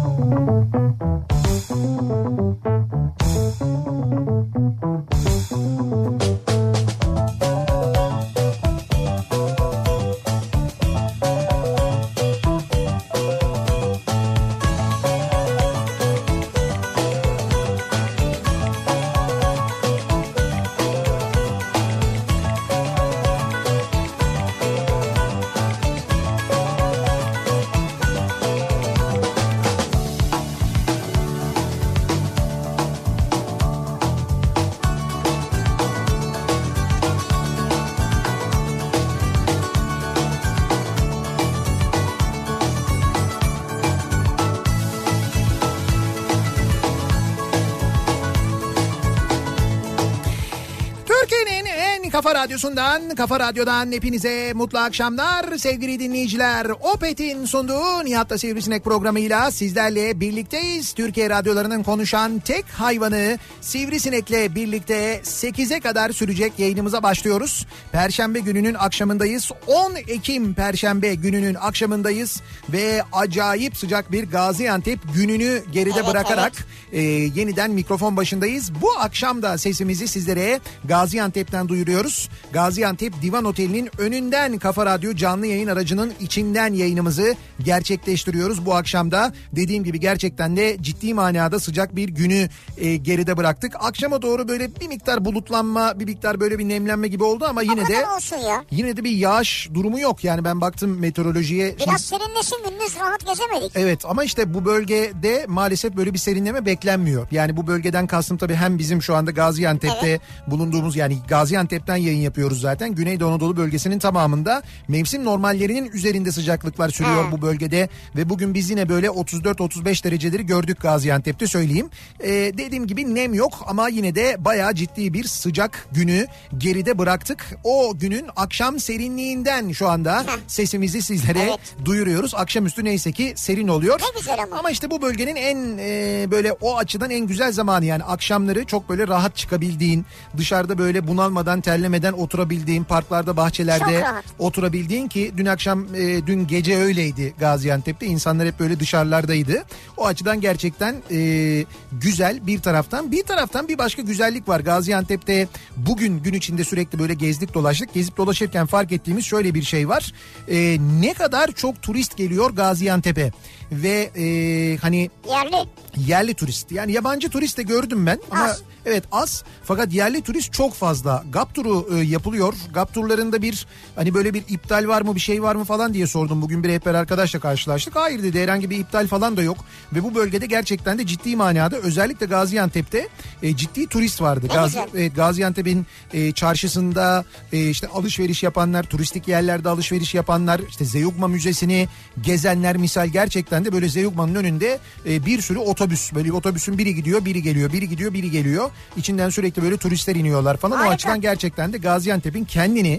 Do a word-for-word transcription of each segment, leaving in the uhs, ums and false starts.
Kafa Radyosu'ndan, Kafa Radyo'dan hepinize mutlu akşamlar sevgili dinleyiciler. Opet'in sunduğu Nihat'la Sivrisinek programıyla sizlerle birlikteyiz. Türkiye radyolarının konuşan tek hayvanı Sivrisinek'le birlikte sekize kadar sürecek yayınımıza başlıyoruz. Perşembe gününün akşamındayız. on Ekim Perşembe gününün akşamındayız ve acayip sıcak bir Gaziantep gününü geride evet, bırakarak evet. e, yeniden mikrofon başındayız. Bu akşam da sesimizi sizlere Gaziantep'ten duyuruyoruz. Gaziantep Divan Oteli'nin önünden Kafa Radyo canlı yayın aracının içinden yayınımızı gerçekleştiriyoruz. Bu akşam da dediğim gibi gerçekten de ciddi manada sıcak bir günü e, geride bıraktık. Akşama doğru böyle bir miktar bulutlanma, bir miktar böyle bir nemlenme gibi oldu ama yine de yine de bir yağış durumu yok. Yani ben baktım meteorolojiye. Biraz şimdi... serinlesin, gündüz rahat gezemedik. Evet ama işte bu bölgede maalesef böyle bir serinleme beklenmiyor. Yani bu bölgeden kastım tabii hem bizim şu anda Gaziantep'te evet. bulunduğumuz, yani Gaziantep'ten yayın yapıyoruz zaten. Güneydoğu Anadolu bölgesinin tamamında mevsim normallerinin üzerinde sıcaklıklar sürüyor ha. bu bölgede ve bugün biz yine böyle otuz dört otuz beş dereceleri gördük Gaziantep'te, söyleyeyim. Ee, dediğim gibi nem yok ama yine de bayağı ciddi bir sıcak günü geride bıraktık. O günün akşam serinliğinden şu anda ha. sesimizi sizlere evet. duyuruyoruz. Akşamüstü neyse ki serin oluyor. Ne güzel ama. Ama işte bu bölgenin en e, böyle o açıdan en güzel zamanı, yani akşamları çok böyle rahat çıkabildiğin, dışarıda böyle bunalmadan, terlemeden oturabildiğin, parklarda, bahçelerde oturabildiğin, ki dün akşam e, dün gece öyleydi Gaziantep'te. İnsanlar hep böyle dışarılardaydı. O açıdan gerçekten e, güzel bir taraftan. Bir taraftan bir başka güzellik var. Gaziantep'te bugün gün içinde sürekli böyle gezdik dolaştık. Gezip dolaşırken fark ettiğimiz şöyle bir şey var. E, ne kadar çok turist geliyor Gaziantep'e. Ve e, hani yerli yerli turist, yani yabancı turist de gördüm ben ama az. Evet az, fakat yerli turist çok fazla. GAP turu e, yapılıyor. GAP turlarında bir hani böyle bir iptal var mı, bir şey var mı falan diye sordum. Bugün bir rehber arkadaşla karşılaştık. Hayır dedi, herhangi bir iptal falan da yok. Ve bu bölgede gerçekten de ciddi manada, özellikle Gaziantep'te e, ciddi turist vardı. Gazi, evet, Gaziantep'in e, çarşısında e, işte alışveriş yapanlar, turistik yerlerde alışveriş yapanlar, işte Zeugma Müzesi'ni gezenler misal, gerçekten de böyle Zeugma'nın önünde e, bir sürü otobüs, böyle otobüsün biri gidiyor, biri geliyor, biri gidiyor, biri geliyor. İçinden sürekli böyle turistler iniyorlar falan. Harika. O açıdan gerçekten de Gaziantep'in kendini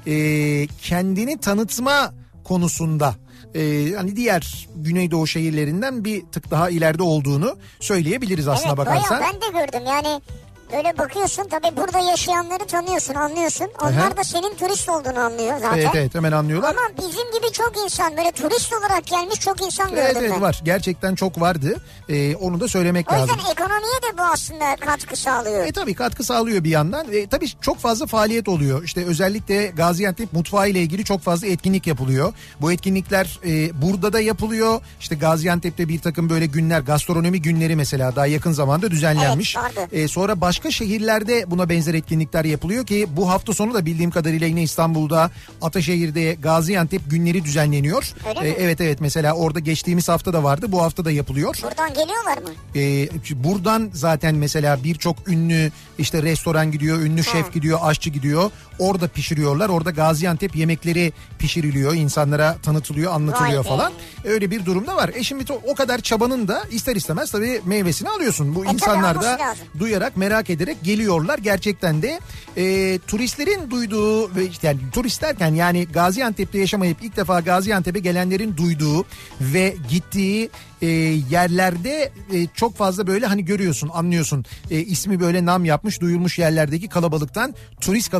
e, kendini tanıtma konusunda e, hani diğer Güneydoğu şehirlerinden bir tık daha ileride olduğunu söyleyebiliriz aslına evet, bakarsan. Evet, ben de gördüm yani. Böyle bakıyorsun tabii, burada yaşayanları tanıyorsun, anlıyorsun. Onlar Aha. da senin turist olduğunu anlıyor zaten. Evet evet, hemen anlıyorlar. Ama bizim gibi çok insan, böyle turist olarak gelmiş çok insan gördüm evet, ben. Evet var, gerçekten çok vardı. Ee, onu da söylemek o lazım. O yüzden ekonomiye de bu aslında katkı sağlıyor. E tabii katkı sağlıyor bir yandan. E, tabii çok fazla faaliyet oluyor. İşte özellikle Gaziantep mutfağı ile ilgili çok fazla etkinlik yapılıyor. Bu etkinlikler e, burada da yapılıyor. İşte Gaziantep'te bir takım böyle günler, gastronomi günleri mesela daha yakın zamanda düzenlenmiş. Evet, e, sonra başka Başka şehirlerde buna benzer etkinlikler yapılıyor ki bu hafta sonu da bildiğim kadarıyla yine İstanbul'da, Ataşehir'de Gaziantep günleri düzenleniyor. Öyle ee, mi? Evet evet, mesela orada geçtiğimiz hafta da vardı, bu hafta da yapılıyor. Buradan geliyorlar mı? Ee, buradan zaten mesela birçok ünlü işte restoran gidiyor, ünlü ha. şef gidiyor, aşçı gidiyor. Orada pişiriyorlar. Orada Gaziantep yemekleri pişiriliyor, insanlara tanıtılıyor, anlatılıyor Vay falan. Be. Öyle bir durumda var. E şimdi o kadar çabanın da ister istemez tabii meyvesini alıyorsun. Bu e insanlar da duyarak, merak ederek geliyorlar. Gerçekten de e, turistlerin duyduğu ve işte yani turist derken yani Gaziantep'te yaşamayıp ilk defa Gaziantep'e gelenlerin duyduğu ve gittiği e, yerlerde e, çok fazla böyle hani görüyorsun, anlıyorsun. E, ismi böyle nam yapmış, duyulmuş yerlerdeki kalabalıktan, turist kalabalığından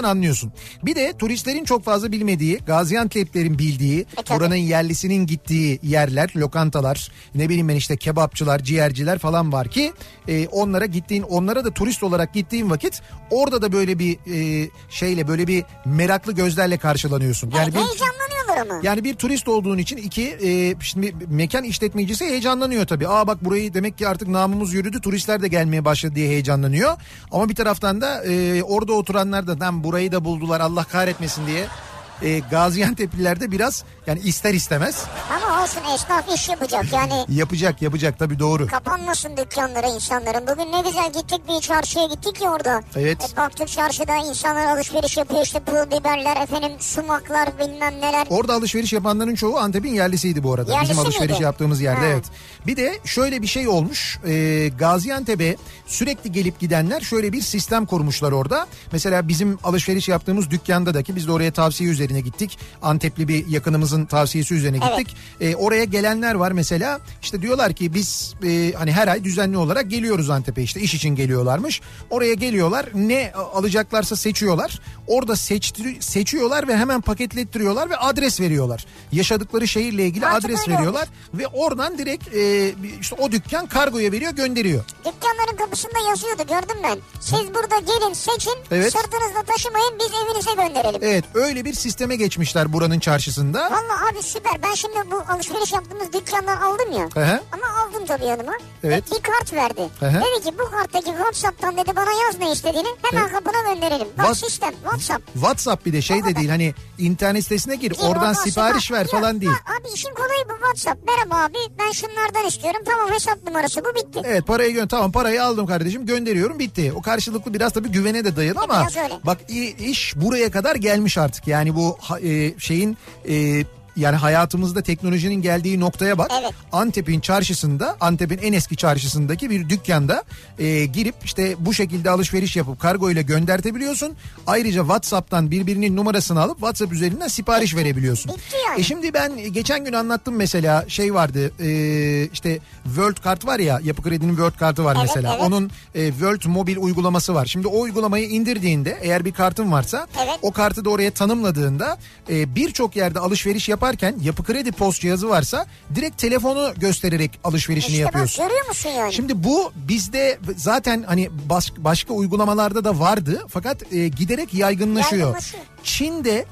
hemen anlıyorsun. Bir de turistlerin çok fazla bilmediği, Gaziantep'lerin bildiği, e, buranın yerlisinin gittiği yerler, lokantalar, ne bileyim ben işte kebapçılar, ciğerciler falan var ki e, onlara gittiğin, onlara da turist olarak gittiğin vakit orada da böyle bir e, şeyle, böyle bir meraklı gözlerle karşılanıyorsun. Yani e, bir, heyecanlanıyorlar ama. Yani bir turist olduğun için iki e, şimdi mekan işletmecisi heyecanlanıyor tabii. Aa bak burayı demek ki artık namımız yürüdü, turistler de gelmeye başladı diye heyecanlanıyor. Ama bir taraftan da e, orada oturanlar da lan burayı da buldular Allah kahretmesin diye. E, Gaziantep'liler de biraz yani ister istemez. Ama olsun, esnaf iş yapacak yani. Yapacak yapacak tabii, doğru. Kapanmasın dükkanları insanların. Bugün ne güzel gittik, bir çarşıya gittik ya orada. Evet. E, baktık çarşıda insanlar alışveriş yapıyor, işte pul biberler, efendim sumaklar, bilmem neler. Orada alışveriş yapanların çoğu Antep'in yerlisiydi bu arada. Yerlisi Bizim alışveriş miydi? yaptığımız yerde, Ha. evet. Bir de şöyle bir şey olmuş. E, Gaziantep'e sürekli gelip gidenler şöyle bir sistem kurmuşlar orada. Mesela bizim alışveriş yaptığımız dükkanda da ki biz de oraya tavsiye üzerine gittik. Antepli bir yakınımızın tavsiyesi üzerine gittik. Evet. E, oraya gelenler var mesela. İşte diyorlar ki biz e, hani her ay düzenli olarak geliyoruz Antep'e, işte iş için geliyorlarmış. Oraya geliyorlar, ne alacaklarsa seçiyorlar. Orada seçtir, seçiyorlar ve hemen paketlettiriyorlar ve adres veriyorlar. Yaşadıkları şehirle ilgili Artık adres öyle veriyorlar olmuş. ve oradan direkt e, işte o dükkan kargoya veriyor, gönderiyor. Dükkanların kapısında yazıyordu, gördüm ben. Siz burada gelin, seçin, Evet. Sırtınızda taşımayın, biz evinize gönderelim. Evet, öyle bir sisteme geçmişler buranın çarşısında. Valla abi süper. Ben şimdi bu alışveriş yaptığımız dükkandan aldım ya. Hı-hı. Ama aldım tabii yanıma. Evet. Bir kart verdi. Hı-hı. Dedi ki bu karttaki WhatsApp'tan dedi bana yaz ne istediğini, hemen Evet. kapına gönderelim. Bak What- sistem WhatsApp. WhatsApp bir de şey de değil, hani internet sitesine gir, Gir, oradan sipariş ver Yok, falan değil. ha, abi işin kolayı bu WhatsApp. Merhaba abi, ben şunlardan istiyorum. Tamam, hesap numarası bu, bitti. Evet, parayı gö tamam, parayı aldım kardeşim, gönderiyorum, bitti. O karşılıklı biraz tabii güvene de dayalı ama Biraz öyle. bak iş buraya kadar gelmiş artık. Yani bu e, şeyin e, yani hayatımızda teknolojinin geldiği noktaya bak. Evet. Antep'in çarşısında, Antep'in en eski çarşısındaki bir dükkanda e, girip işte bu şekilde alışveriş yapıp kargo ile göndertebiliyorsun. Ayrıca WhatsApp'tan birbirinin numarasını alıp WhatsApp üzerinden sipariş verebiliyorsun. Bitti yani. E şimdi ben geçen gün anlattım mesela, şey vardı e, işte World Kart var ya, Yapı Kredi'nin World Kartı var Evet, mesela. evet. Onun e, World mobil uygulaması var. Şimdi o uygulamayı indirdiğinde, eğer bir kartın varsa Evet. o kartı da oraya tanımladığında e, birçok yerde alışveriş yaparken Yapı Kredi post cihazı varsa direkt telefonu göstererek alışverişini İşte yapıyorsun. bak, görüyor musun yani? Şimdi bu bizde zaten hani bas, başka uygulamalarda da vardı fakat e, giderek yaygınlaşıyor. Yaygınlaşıyor. Çin'de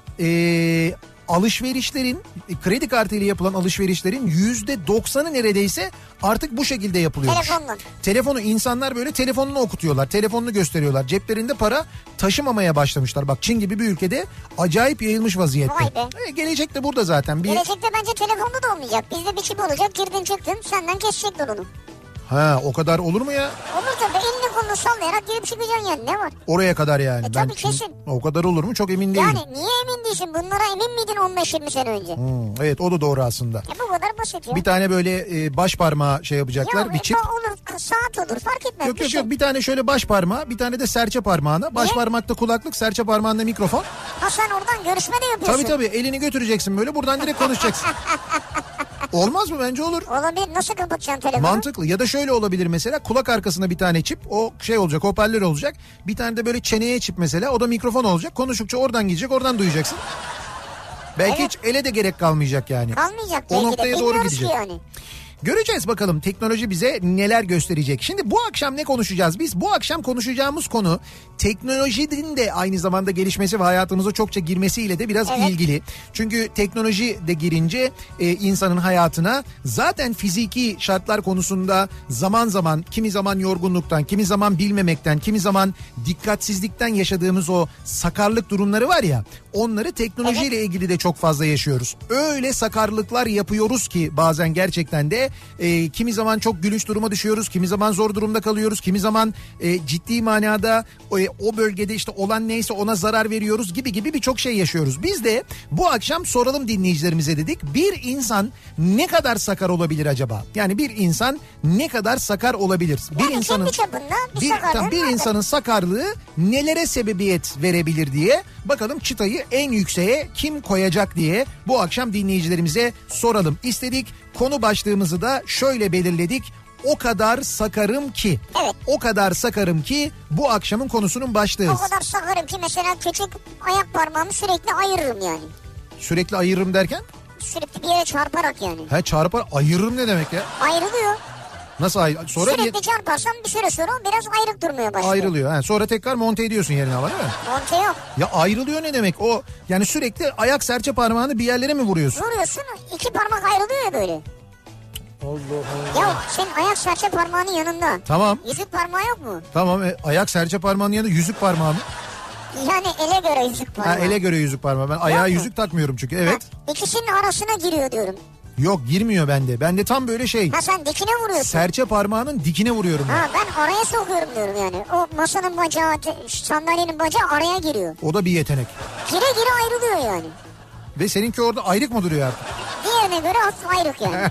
e, alışverişlerin, kredi kartıyla yapılan alışverişlerin yüzde doksanı neredeyse artık bu şekilde yapılıyormuş. Telefonla. Telefonu insanlar böyle telefonunu okutuyorlar, telefonunu gösteriyorlar. Ceplerinde para taşımamaya başlamışlar. Bak Çin gibi bir ülkede acayip yayılmış vaziyette. Vay be. E, gelecek de burada zaten. Bir... Gelecekte bence telefonda da olmayacak. Bizde bir çip olacak, girdin çıktın, senden kesecekler onu. Ha, o kadar olur mu ya? Olur tabii, elini kolunu sallayarak girip çıkacaksın yani, ne var? Oraya kadar yani. E, tabii, Çin- kesin. O kadar olur mu? Çok emin değilim. Yani niye emin değilsin? Bunlara emin miydin on beş yirmi sene önce? Hmm, evet, o da doğru aslında. Ya bu kadar basit ya. Bir tane böyle e, baş parmağı şey yapacaklar, ya, bir çip. olur, saat olur, fark etmez. Yok bir yok şey. yok, bir tane şöyle baş parmağı, bir tane de serçe parmağına. Baş Niye? parmakta kulaklık, serçe parmağında mikrofon. Ha, sen oradan görüşme de yapıyorsun. Tabii tabii, elini götüreceksin böyle, buradan direkt konuşacaksın. Olmaz mı? Bence olur. Olabilir, nasıl kapatacaksın telefonu? Mantıklı. Ya da şöyle olabilir mesela, kulak arkasına bir tane çip, o şey olacak, hoparlör olacak. Bir tane de böyle çeneye çip mesela, o da mikrofon olacak. Konuştukça oradan gidecek, oradan duyacaksın. Belki Evet. hiç ele de gerek kalmayacak yani. Kalmayacak O belki de. noktaya doğru Bilmiyoruz gidecek. ki yani. Göreceğiz bakalım teknoloji bize neler gösterecek. Şimdi bu akşam ne konuşacağız biz? Bu akşam konuşacağımız konu teknolojinin de aynı zamanda gelişmesi ve hayatımıza çokça girmesiyle de biraz Evet. ilgili. Çünkü teknoloji de girince e, insanın hayatına zaten fiziki şartlar konusunda zaman zaman, kimi zaman yorgunluktan, kimi zaman bilmemekten, kimi zaman dikkatsizlikten yaşadığımız o sakarlık durumları var ya, onları teknolojiyle Evet. ilgili de çok fazla yaşıyoruz. Öyle sakarlıklar yapıyoruz ki bazen gerçekten de e, kimi zaman çok gülünç duruma düşüyoruz, kimi zaman zor durumda kalıyoruz, kimi zaman e, ciddi manada o, o bölgede işte olan neyse ona zarar veriyoruz gibi gibi birçok şey yaşıyoruz. Biz de bu akşam soralım dinleyicilerimize dedik. Bir insan ne kadar sakar olabilir acaba? Yani bir insan ne kadar sakar olabilir? Bir Yani insanın kendi çapında bir bir, sakarlığı tam bir vardır. insanın sakarlığı nelere sebebiyet verebilir diye bakalım, çıtayı en yükseğe kim koyacak diye bu akşam dinleyicilerimize soralım istedik. Konu başlığımızı da şöyle belirledik: O kadar sakarım ki. Evet. O kadar sakarım ki bu akşamın konusunun başlığı. O kadar sakarım ki mesela küçük ayak parmağımı sürekli ayırırım yani. Sürekli ayırırım derken? Sürekli bir yere çarparak yani. He çarpar ayırırım ne demek ya? Ayrılıyor. Nasıl ayrı? Sonra Sürekli bir... çarparsam bir süre sonra biraz ayrık durmaya başlıyor. Ayrılıyor. He. Sonra tekrar monte ediyorsun yerine ama değil mi? Monte yok. Ya ayrılıyor ne demek? O yani sürekli ayak serçe parmağını bir yerlere mi vuruyorsun? Vuruyorsun, iki parmak ayrılıyor ya böyle. Allah Allah. Ya senin ayak serçe parmağının yanında. Tamam. Yüzük parmağı yok mu? Tamam e, ayak serçe parmağının yanında yüzük parmağı mı? Yani ele göre yüzük parmağı. Ha, ele göre yüzük parmağı. Ben ayağa yüzük takmıyorum çünkü. Evet. Ha, ikisinin arasına giriyor diyorum. Yok girmiyor bende. Bende tam böyle şey. Ha sen dikine vuruyorsun. Serçe parmağının dikine vuruyorum ben. Ha ben araya sokuyorum diyorum yani. O masanın bacağı, sandalyenin bacağı araya giriyor. O da bir yetenek. Gire gire ayrılıyor yani. Ve seninki orada ayrık mı duruyor artık? Diğerine göre hafif ayrık yani.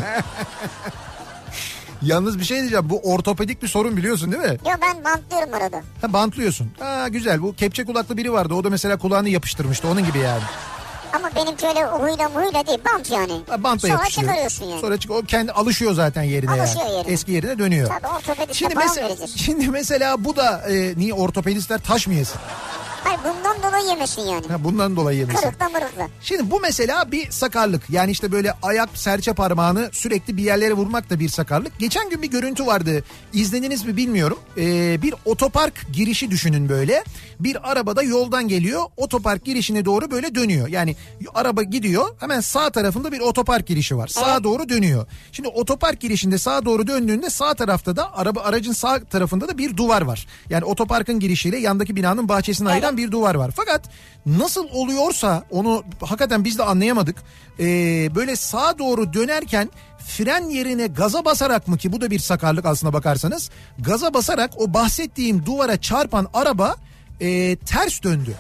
Yalnız bir şey diyeceğim. Bu ortopedik bir sorun biliyorsun değil mi? Yok ben bantlıyorum arada. Ha bantlıyorsun. Ha güzel. Bu kepçe kulaklı biri vardı. O da mesela kulağını yapıştırmıştı. Onun gibi yani. Ama benimki öyle huyla muhuyla değil, bant yani. Ha, bantla Sonra yapışıyor. çıkarıyorsun yani. Sonra çık o kendi alışıyor zaten yerine Alışıyor yani. yerine. Eski yerine dönüyor. Tabii ortopediste Şimdi, falan mesela, vereceğiz. şimdi mesela bu da e, niye ortopedistler taş mı yesin? Hayır bundan dolayı yemesin yani. Ha, bundan dolayı yemesin. Kırıkla mırıkla. Şimdi bu mesela bir sakarlık. Yani işte böyle ayak serçe parmağını sürekli bir yerlere vurmak da bir sakarlık. Geçen gün bir görüntü vardı. İzlediniz mi bilmiyorum. Ee, bir otopark girişi düşünün böyle. Bir arabada yoldan geliyor. Otopark girişine doğru böyle dönüyor. Yani araba gidiyor. Hemen sağ tarafında bir otopark girişi var. Sağa evet. doğru dönüyor. Şimdi otopark girişinde sağa doğru döndüğünde sağ tarafta da araba aracın sağ tarafında da bir duvar var. Yani otoparkın girişiyle yandaki binanın bahçesini evet. ayıran bir duvar var. Fakat nasıl oluyorsa onu hakikaten biz de anlayamadık. Ee, böyle sağa doğru dönerken fren yerine gaza basarak mı, ki bu da bir sakarlık aslına bakarsanız, gaza basarak o bahsettiğim duvara çarpan araba e, ters döndü.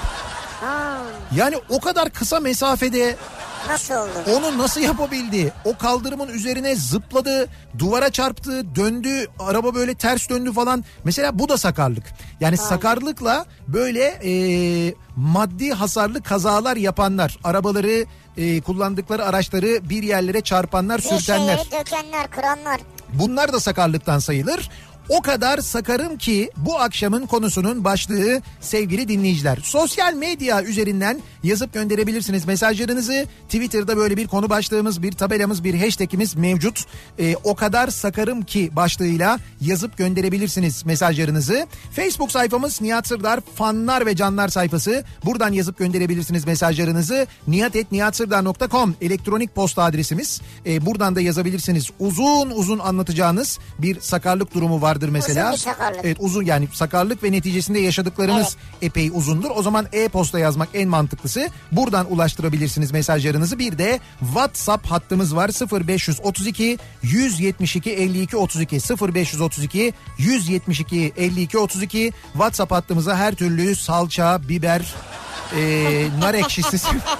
Ha. Yani o kadar kısa mesafede nasıl oldu? Onu nasıl yapabildi? O kaldırımın üzerine zıpladı, duvara çarptı, döndü, araba böyle ters döndü falan. Mesela bu da sakarlık. Yani ha. sakarlıkla böyle e, maddi hasarlı kazalar yapanlar, arabaları, e, kullandıkları araçları bir yerlere çarpanlar, bir sürtenler. Bir şeyleri dökenler, kıranlar. Bunlar da sakarlıktan sayılır. O kadar sakarım ki bu akşamın konusunun başlığı sevgili dinleyiciler. Sosyal medya üzerinden yazıp gönderebilirsiniz mesajlarınızı. Twitter'da böyle bir konu başlığımız, bir tabelamız, bir hashtagimiz mevcut. Ee, o kadar sakarım ki başlığıyla yazıp gönderebilirsiniz mesajlarınızı. Facebook sayfamız Nihat Sırdar fanlar ve canlar sayfası. Buradan yazıp gönderebilirsiniz mesajlarınızı. nihat et nihat sırdar nokta com elektronik posta adresimiz. Ee, buradan da yazabilirsiniz. Uzun uzun anlatacağınız bir sakarlık durumu var. Mesela. Uzun bir sakarlık. Evet uzun, yani sakarlık ve neticesinde yaşadıklarınız evet. epey uzundur. O zaman e-posta yazmak en mantıklısı. Buradan ulaştırabilirsiniz mesajlarınızı. Bir de WhatsApp hattımız var. sıfır beş otuz iki yüz yetmiş iki elli iki otuz iki sıfır beş otuz iki yüz yetmiş iki elli iki otuz iki WhatsApp hattımıza her türlü salça, biber, e, nar ekşisi.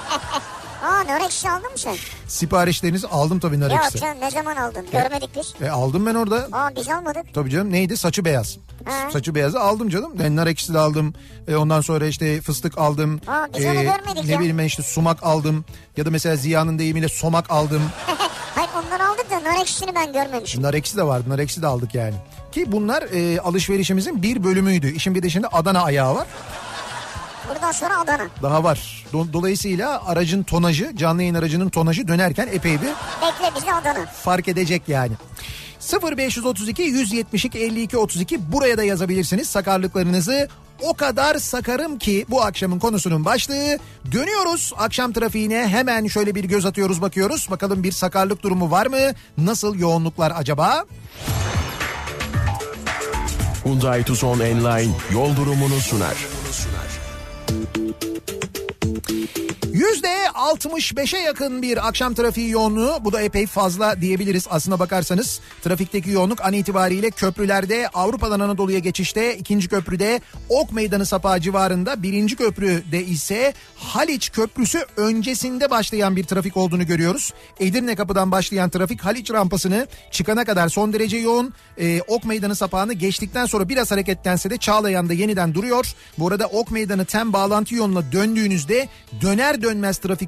Aa nar ekşisi aldın mı sen? Siparişlerinizi aldım tabii nar ekşisi. Ya canım ne zaman aldın? Görmedik biz. E, aldım ben orada. Aa biz almadık. Tabii canım, neydi? Saçı beyaz. Ha. Saçı beyazı aldım canım. Ben nar ekşisi de aldım. E, ondan sonra işte fıstık aldım. Aa biz e, onu görmedik ne ya. Ne bileyim ben işte sumak aldım. Ya da mesela Ziya'nın deyimiyle somak aldım. Hayır onları aldık da nar ekşisini ben görmemişim. Nar ekşisi de vardı. Nar ekşisi de aldık yani. Ki bunlar e, alışverişimizin bir bölümüydü. İşin bir de şimdi Adana ayağı var. Buradan sonra Adana. Daha var. Dolayısıyla aracın tonajı, canlı yayın aracının tonajı dönerken epey bir... Bekle bizi Adana. Fark edecek yani. sıfır beş otuz iki yüz yetmiş iki elli iki otuz iki buraya da yazabilirsiniz sakarlıklarınızı. O kadar sakarım ki bu akşamın konusunun başlığı. Dönüyoruz akşam trafiğine, hemen şöyle bir göz atıyoruz, bakıyoruz. Bakalım bir sakarlık durumu var mı? Nasıl yoğunluklar acaba? Hyundai Tucson Enline yol durumunu sunar. yüzde altmış beşe yakın bir akşam trafiği yoğunluğu, bu da epey fazla diyebiliriz aslına bakarsanız. Trafikteki yoğunluk an itibariyle köprülerde, Avrupa'dan Anadolu'ya geçişte, ikinci köprüde Ok Meydanı Sapağı civarında, birinci köprüde ise Haliç Köprüsü öncesinde başlayan bir trafik olduğunu görüyoruz. Edirne Kapı'dan başlayan trafik Haliç rampasını çıkana kadar son derece yoğun. Ee, Ok Meydanı Sapağı'nı geçtikten sonra biraz hareketlense de Çağlayan'da yeniden duruyor. Bu arada Ok Meydanı Tem bağlantı yoluna döndüğünüzde döner dönmez trafik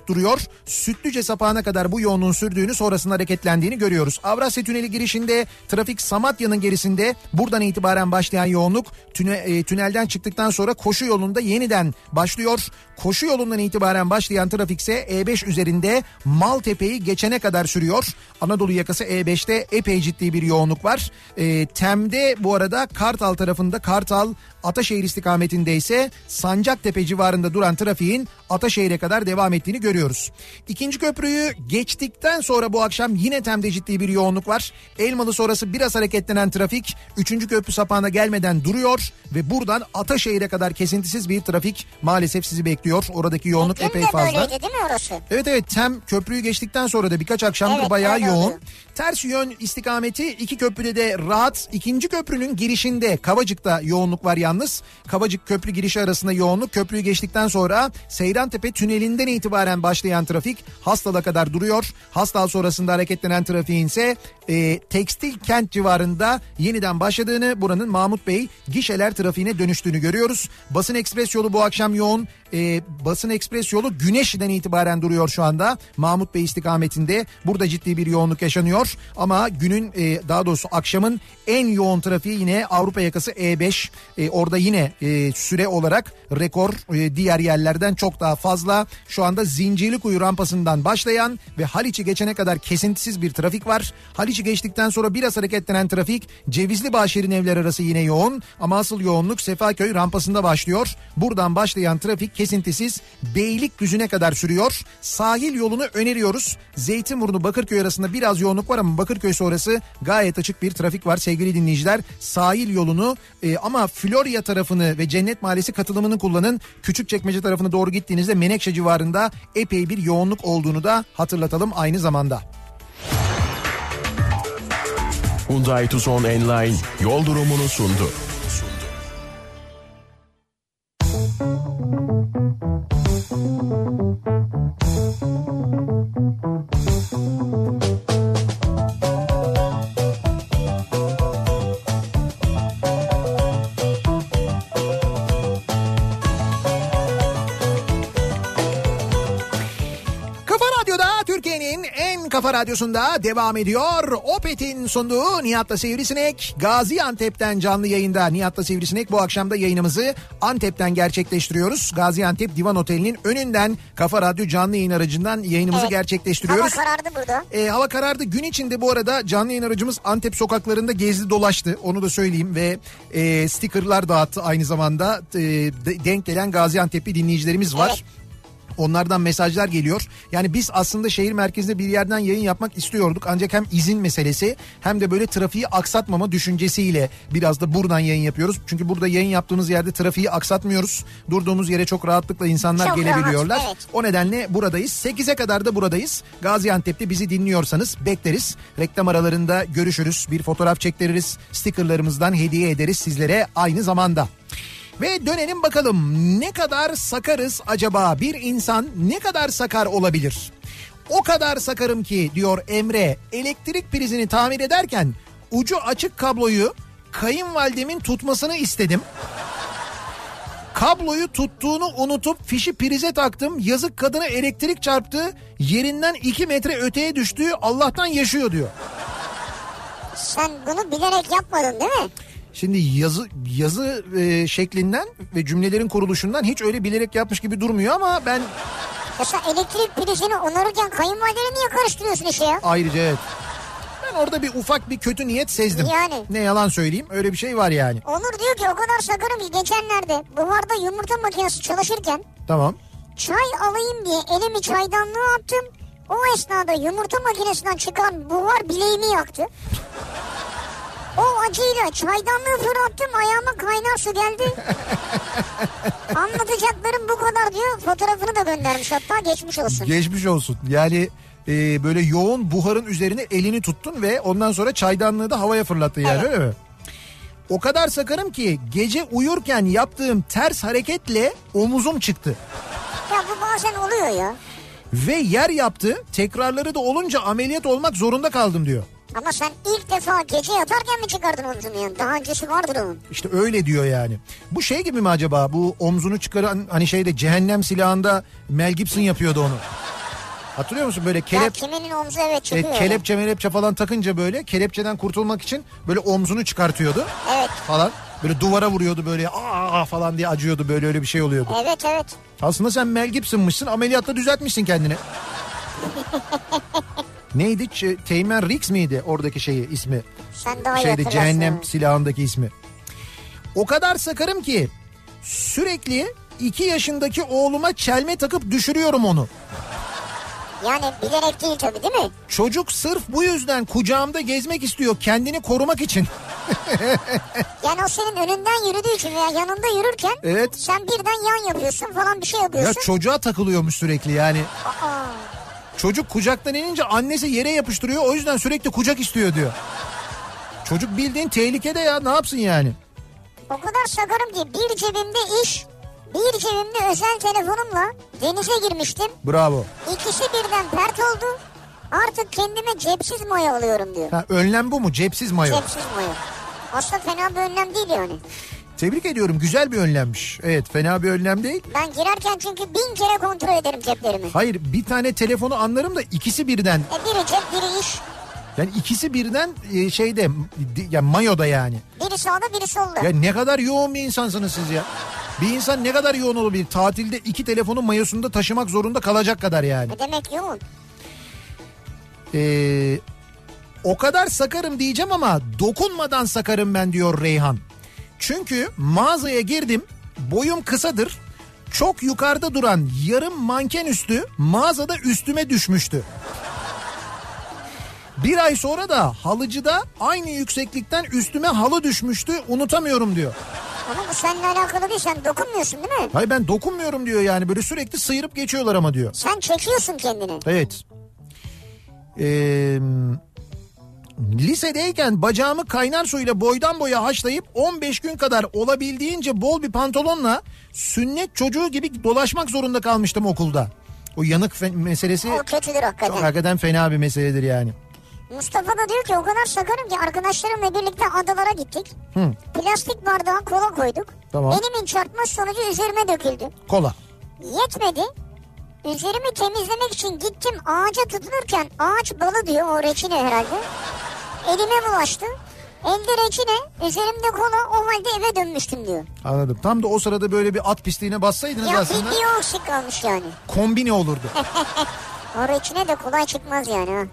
sabit duruyor. Sütlüce sapağına kadar bu yoğunluğun sürdüğünü, sonrasında hareketlendiğini görüyoruz. Avrasya Tüneli girişinde trafik Samatya'nın gerisinde, buradan itibaren başlayan yoğunluk tüne, e, tünelden çıktıktan sonra koşu yolunda yeniden başlıyor. Koşu yolundan itibaren başlayan trafik ise E beş üzerinde Maltepe'yi geçene kadar sürüyor. Anadolu yakası E beşte epey ciddi bir yoğunluk var. E, Tem'de bu arada Kartal tarafında, Kartal Ataşehir istikametinde ise Sancaktepe civarında duran trafiğin Ataşehir'e kadar devam ettiğini görüyoruz. İkinci köprüyü geçtikten sonra bu akşam yine Tem'de ciddi bir yoğunluk var. Elmalı sonrası biraz hareketlenen trafik üçüncü köprü sapağına gelmeden duruyor ve buradan Ataşehir'e kadar kesintisiz bir trafik maalesef sizi bekliyor. Oradaki yoğunluk e, epey fazla. Böyleydi değil mi orası? Evet evet, Tem köprüyü geçtikten sonra da birkaç akşamdır evet, bayağı yoğun. Oluyor. Ters yön istikameti iki köprüde de rahat. İkinci köprünün girişinde Kavacık'ta yoğunluk var yalnız. Kavacık köprü girişi arasında yoğunluk. Köprüyü geçtikten sonra Seyrantepe tünelinden itibaren başlayan trafik Hastal'a kadar duruyor. Hastal sonrasında hareketlenen trafiğin ise e, Tekstil Kent civarında yeniden başladığını, buranın Mahmut Bey gişeler trafiğine dönüştüğünü görüyoruz. Basın Ekspres yolu bu akşam yoğun. E, Basın Ekspres yolu Güneşli'den itibaren duruyor şu anda. Mahmut Bey istikametinde. Burada ciddi bir yoğunluk yaşanıyor. Ama günün e, daha doğrusu akşamın en yoğun trafiği yine Avrupa yakası E beş. E, orada yine e, süre olarak rekor e, diğer yerlerden çok daha fazla. Şu anda Zincirlikuyu rampasından başlayan ve Haliç'i geçene kadar kesintisiz bir trafik var. Haliç'i geçtikten sonra biraz hareketlenen trafik Cevizli Bağşehir'in evler arası yine yoğun. Ama asıl yoğunluk Sefaköy rampasında başlıyor. Buradan başlayan trafik kesintisiz Beylikdüzü'ne kadar sürüyor. Sahil yolunu öneriyoruz. Zeytinburnu Bakırköy arasında biraz yoğunluk var ama Bakırköy sonrası gayet açık bir trafik var sevgili dinleyiciler. Sahil yolunu e, ama Florya tarafını ve Cennet Mahallesi katılımını kullanın. Küçükçekmece tarafına doğru gittiğinizde Menekşe civarında epey bir yoğunluk olduğunu da hatırlatalım aynı zamanda. Hyundai Tucson Enline yol durumunu sundu. Kafa Radyosu'nda devam ediyor. Opet'in sunduğu Nihat'la Sivrisinek. Gaziantep'ten canlı yayında. Nihat'la Sivrisinek bu akşam da yayınımızı Antep'ten gerçekleştiriyoruz. Gaziantep Divan Oteli'nin önünden Kafa Radyo canlı yayın aracından yayınımızı evet. gerçekleştiriyoruz. Hava karardı burada. Ee, hava karardı. Gün içinde bu arada canlı yayın aracımız Antep sokaklarında gezdi dolaştı. Onu da söyleyeyim ve e, stickerlar dağıttı aynı zamanda. E, denk gelen Gaziantep'li dinleyicilerimiz var. Evet. Onlardan mesajlar geliyor. Yani biz aslında şehir merkezinde bir yerden yayın yapmak istiyorduk. Ancak hem izin meselesi hem de böyle trafiği aksatmama düşüncesiyle biraz da buradan yayın yapıyoruz. Çünkü burada yayın yaptığımız yerde trafiği aksatmıyoruz. Durduğumuz yere çok rahatlıkla insanlar çok gelebiliyorlar. Rahat, evet. O nedenle buradayız. sekize kadar da buradayız. Gaziantep'te bizi dinliyorsanız bekleriz. Reklam aralarında görüşürüz. Bir fotoğraf çektiririz. Stickerlarımızdan hediye ederiz sizlere aynı zamanda. Ve dönelim bakalım ne kadar sakarız acaba, bir insan ne kadar sakar olabilir? O kadar sakarım ki diyor Emre, elektrik prizini tamir ederken ucu açık kabloyu kayınvalidemin tutmasını istedim. Kabloyu tuttuğunu unutup fişi prize taktım, yazık kadına elektrik çarptı, yerinden iki metre öteye düştü, Allah'tan yaşıyor diyor. Sen bunu bilerek yapmadın değil mi? Şimdi yazı yazı e, şeklinden ve cümlelerin kuruluşundan hiç öyle bilerek yapmış gibi durmuyor ama ben... Mesela elektrik prizini onarırken kayınvalideni niye karıştırıyorsun işe ya? Ayrıca evet. Ben orada bir ufak bir kötü niyet sezdim. Yani. Ne yalan söyleyeyim, öyle bir şey var yani. Onur diyor ki o kadar sakarım ki geçenlerde buharda yumurta makinesi çalışırken... Tamam. Çay alayım diye elimi çaydanlığa attım. O esnada yumurta makinesinden çıkan buhar bileğimi yaktı. O acıyla çaydanlığı fırlattım, ayağıma kaynar su geldi. Anlatacaklarım bu kadar diyor. Fotoğrafını da göndermiş, hatta geçmiş olsun. Geçmiş olsun. Yani e, böyle yoğun buharın üzerine elini tuttun ve ondan sonra çaydanlığı da havaya fırlattın yani, evet. Öyle mi? O kadar sakarım ki gece uyurken yaptığım ters hareketle omuzum çıktı. Ya bu bazen oluyor ya. Ve yer yaptı, tekrarları da olunca ameliyat olmak zorunda kaldım diyor. Ama sen ilk defa gece yatarken mi çıkardın omzunu yani? Daha öncesi vardır onun. İşte öyle diyor yani. Bu şey gibi mi acaba? Bu omzunu çıkaran hani şeyde Cehennem Silahı'nda Mel Gibson yapıyordu onu. Hatırlıyor musun böyle kelep... Ya kiminin omzu evet çıkıyor. E, kelepçe yani. melepçe falan takınca böyle kelepçeden kurtulmak için böyle omzunu çıkartıyordu. Evet. Falan. Böyle duvara vuruyordu böyle aa falan diye acıyordu, böyle öyle bir şey oluyordu. Evet evet. Aslında sen Mel Gibson'mışsın, ameliyatta düzeltmişsin kendini. Neydi? Teğmen Riggs miydi oradaki şeyi ismi? Sen daha iyi Şeyde hatırlarsın. Cehennem Silahı'ndaki ismi. O kadar sakarım ki sürekli iki yaşındaki oğluma çelme takıp düşürüyorum onu. Yani bilerek değil tabii değil mi? Çocuk sırf bu yüzden kucağımda gezmek istiyor, kendini korumak için. Yani o senin önünden yürüdüğü için veya yanında yürürken evet. Sen birden yan yapıyorsun falan, bir şey yapıyorsun. Ya çocuğa takılıyormuş sürekli yani. Aa. Çocuk kucaktan inince annesi yere yapıştırıyor, o yüzden sürekli kucak istiyor diyor. Çocuk bildiğin tehlikede ya, ne yapsın yani? O kadar sakarım ki bir cebimde iş, bir cebimde özel telefonumla denize girmiştim. Bravo. İkisi birden pert oldu. Artık kendime cepsiz mayo alıyorum diyor. Ha, önlem bu mu? Cepsiz mayo. Cepsiz mayo. Aslında fena bir önlem değil yani. Tebrik ediyorum, güzel bir önlemmiş. Evet, fena bir önlem değil. Ben girerken çünkü bin kere kontrol ederim ceplerimi. Hayır, bir tane telefonu anlarım da ikisi birden. E biri cep biri iş. Yani ikisi birden şeyde yani mayoda yani. Biri sağda biri solda. Ya ne kadar yoğun bir insansınız siz ya. Bir insan ne kadar yoğun olabilir? Tatilde iki telefonu mayosunda taşımak zorunda kalacak kadar yani. Ne demek yoğun? Ee, o kadar sakarım diyeceğim ama dokunmadan sakarım ben diyor Reyhan. Çünkü mağazaya girdim, boyum kısadır. Çok yukarıda duran yarım manken üstü mağazada üstüme düşmüştü. Bir ay sonra da halıcıda aynı yükseklikten üstüme halı düşmüştü, unutamıyorum diyor. Ama bu seninle alakalı değil, sen dokunmuyorsun değil mi? Hayır, ben dokunmuyorum diyor yani, böyle sürekli sıyırıp geçiyorlar ama diyor. Sen çekiyorsun kendini. Evet. Eee... Lisedeyken bacağımı kaynar suyla boydan boya haşlayıp on beş gün kadar olabildiğince bol bir pantolonla sünnet çocuğu gibi dolaşmak zorunda kalmıştım okulda. O yanık fe- meselesi o kötüdür hakikaten. Çok hakikaten fena bir meseledir yani. Mustafa da diyor ki o kadar sakarım ki arkadaşlarımla birlikte adalara gittik. Hı. Plastik bardağa kola koyduk. Tamam. Elimin çarpması sonucu üzerime döküldü. Kola. Yetmedi. Üzerimi temizlemek için gittim, ağaca tutunurken ağaç balı diyor, o reçine herhalde. Elime bulaştı. Elde reçine, üzerimde kola, o halde eve dönmüştüm diyor. Anladım. Tam da o sırada böyle bir at pisliğine bassaydınız ya aslında. Ya bir o eksik kalmış yani. Kombine olurdu. O reçine de kolay çıkmaz yani ha.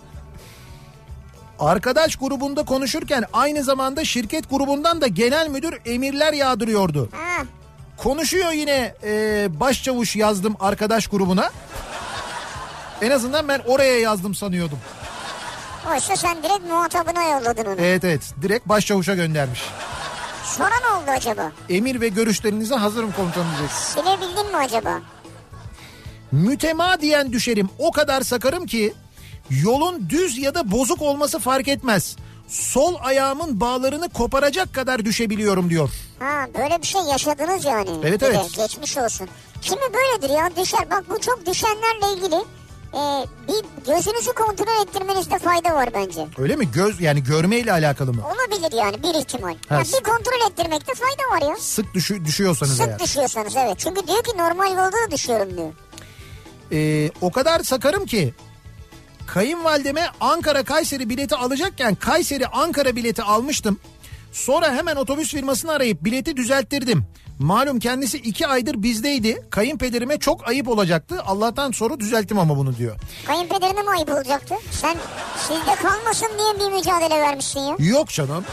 Arkadaş grubunda konuşurken aynı zamanda şirket grubundan da genel müdür emirler yağdırıyordu. Ha. Konuşuyor yine e, başçavuş yazdım arkadaş grubuna. En azından ben oraya yazdım sanıyordum. Oysa sen direkt muhatabına yolladın onu. Evet evet, direkt başçavuşa göndermiş. Sonra ne oldu acaba? Emir ve görüşlerinize hazırım komutanım diyecek. Silebildin mi acaba? Mütemadiyen düşerim, o kadar sakarım ki yolun düz ya da bozuk olması fark etmez. Sol ayağımın bağlarını koparacak kadar düşebiliyorum diyor. Ha, böyle bir şey yaşadınız yani. Evet bir evet. De, geçmiş olsun. Kimi böyledir ya, düşer. Bak bu çok düşenlerle ilgili e, bir gözünüzü kontrol ettirmenizde fayda var bence. Öyle mi? Göz yani görmeyle alakalı mı? Olabilir yani, bir ihtimal. Ha, Yani bir kontrol ettirmekte fayda var ya. Sık düşü, düşüyorsanız Sık eğer. Sık düşüyorsanız evet. Çünkü diyor ki normal yolda da düşüyorum diyor. Ee, o kadar sakarım ki kayınvalideme Ankara Kayseri bileti alacakken Kayseri Ankara bileti almıştım. Sonra hemen otobüs firmasını arayıp bileti düzelttirdim. Malum kendisi iki aydır bizdeydi. Kayınpederime çok ayıp olacaktı. Allah'tan sonra düzelttim ama bunu diyor. Kayınpederine mi ayıp olacaktı? Sen sizde kalmasın diye bir mücadele vermişsin ya. Yok canım.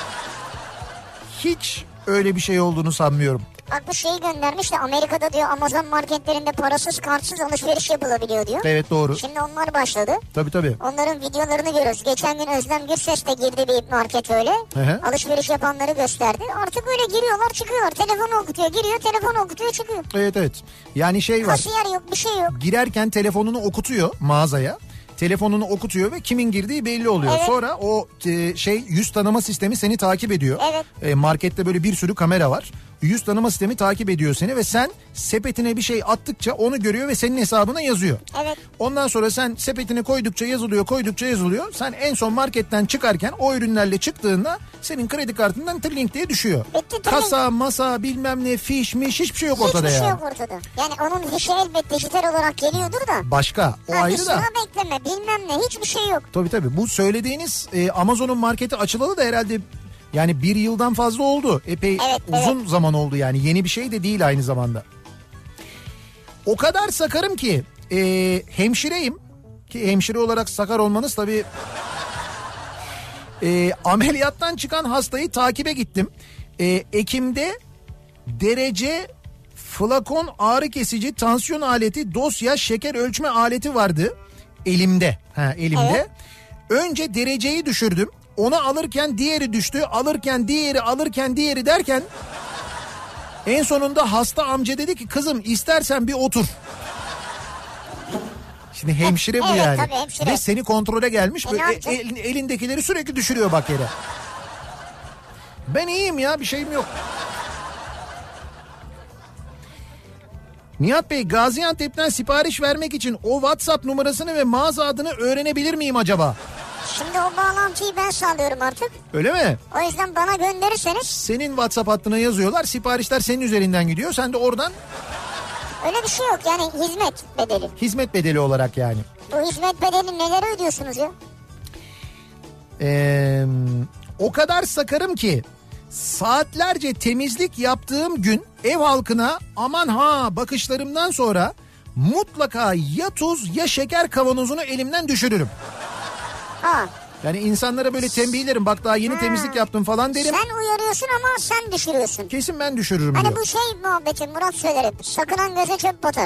Hiç öyle bir şey olduğunu sanmıyorum. Bak bu şeyi göndermiş de Amerika'da diyor Amazon marketlerinde parasız kartsız alışveriş yapılabiliyor diyor. Evet doğru. Şimdi onlar başladı. Tabii tabii. Onların videolarını görüyoruz. Geçen gün Özlem Gürses de girdi bir market öyle. Hı hı. Alışveriş yapanları gösterdi. Artık öyle giriyorlar çıkıyorlar. Telefonu okutuyor, giriyor, telefonu okutuyor, çıkıyor. Evet evet. Yani şey var. Kasiyer yok, bir şey yok. Girerken telefonunu okutuyor mağazaya. Telefonunu okutuyor ve kimin girdiği belli oluyor. Evet. Sonra o e, şey yüz tanıma sistemi seni takip ediyor. Evet. E, markette böyle bir sürü kamera var. yüz tanıma sistemi takip ediyor seni ve sen sepetine bir şey attıkça onu görüyor ve senin hesabına yazıyor. Evet. Ondan sonra sen sepetine koydukça yazılıyor, koydukça yazılıyor. Sen en son marketten çıkarken o ürünlerle çıktığında senin kredi kartından tırlink diye düşüyor. Bitti, kasa, masa, bilmem ne, fiş, miş hiçbir şey yok ortada yani. Hiçbir şey yani. yok ortada. Yani onun fişi elbette dijital olarak geliyordur da. Başka. O ha, ayrı da. sıra bekleme bilmem ne hiçbir şey yok. Tabii tabii. Bu söylediğiniz e, Amazon'un marketi açılalı da herhalde yani bir yıldan fazla oldu. Epey evet, uzun evet. zaman oldu yani. Yeni bir şey de değil aynı zamanda. O kadar sakarım ki e, hemşireyim. Ki hemşire olarak sakar olmanız tabii... E, ameliyattan çıkan hastayı takibe gittim. E, Ekim'de derece, flakon, ağrı kesici, tansiyon aleti, dosya, şeker ölçme aleti vardı elimde. Ha, elimde. Evet. Önce dereceyi düşürdüm. Onu alırken diğeri düştü. Alırken diğeri, alırken diğeri derken en sonunda hasta amca dedi ki kızım istersen bir otur. Şimdi hemşire bu evet, yani. Tabii, hemşire. Ve seni kontrole gelmiş. E, Böyle el, elindekileri sürekli düşürüyor bak yere. Ben iyiyim ya, bir şeyim yok. Nihat Bey, Gaziantep'ten sipariş vermek için o WhatsApp numarasını ve mağaza adını öğrenebilir miyim acaba? Şimdi o bağlantıyı ben sağlıyorum artık. Öyle mi? O yüzden bana gönderirseniz. Senin WhatsApp hattına yazıyorlar. Siparişler senin üzerinden gidiyor. Sen de oradan... Öyle bir şey yok yani, hizmet bedeli. Hizmet bedeli olarak yani. Bu hizmet bedeli neler ödüyorsunuz ya? Ee, o kadar sakarım ki saatlerce temizlik yaptığım gün ev halkına aman ha bakışlarımdan sonra mutlaka ya tuz ya şeker kavanozunu elimden düşürürüm. Ha. Yani insanlara böyle tembihlerim, bak daha yeni ha. temizlik yaptım falan derim. Sen uyarıyorsun ama sen düşürüyorsun. Kesin ben düşürürüm hani diyor. Bu şey muhabbeti Murat söyler hep, sakınan göze çöp batar.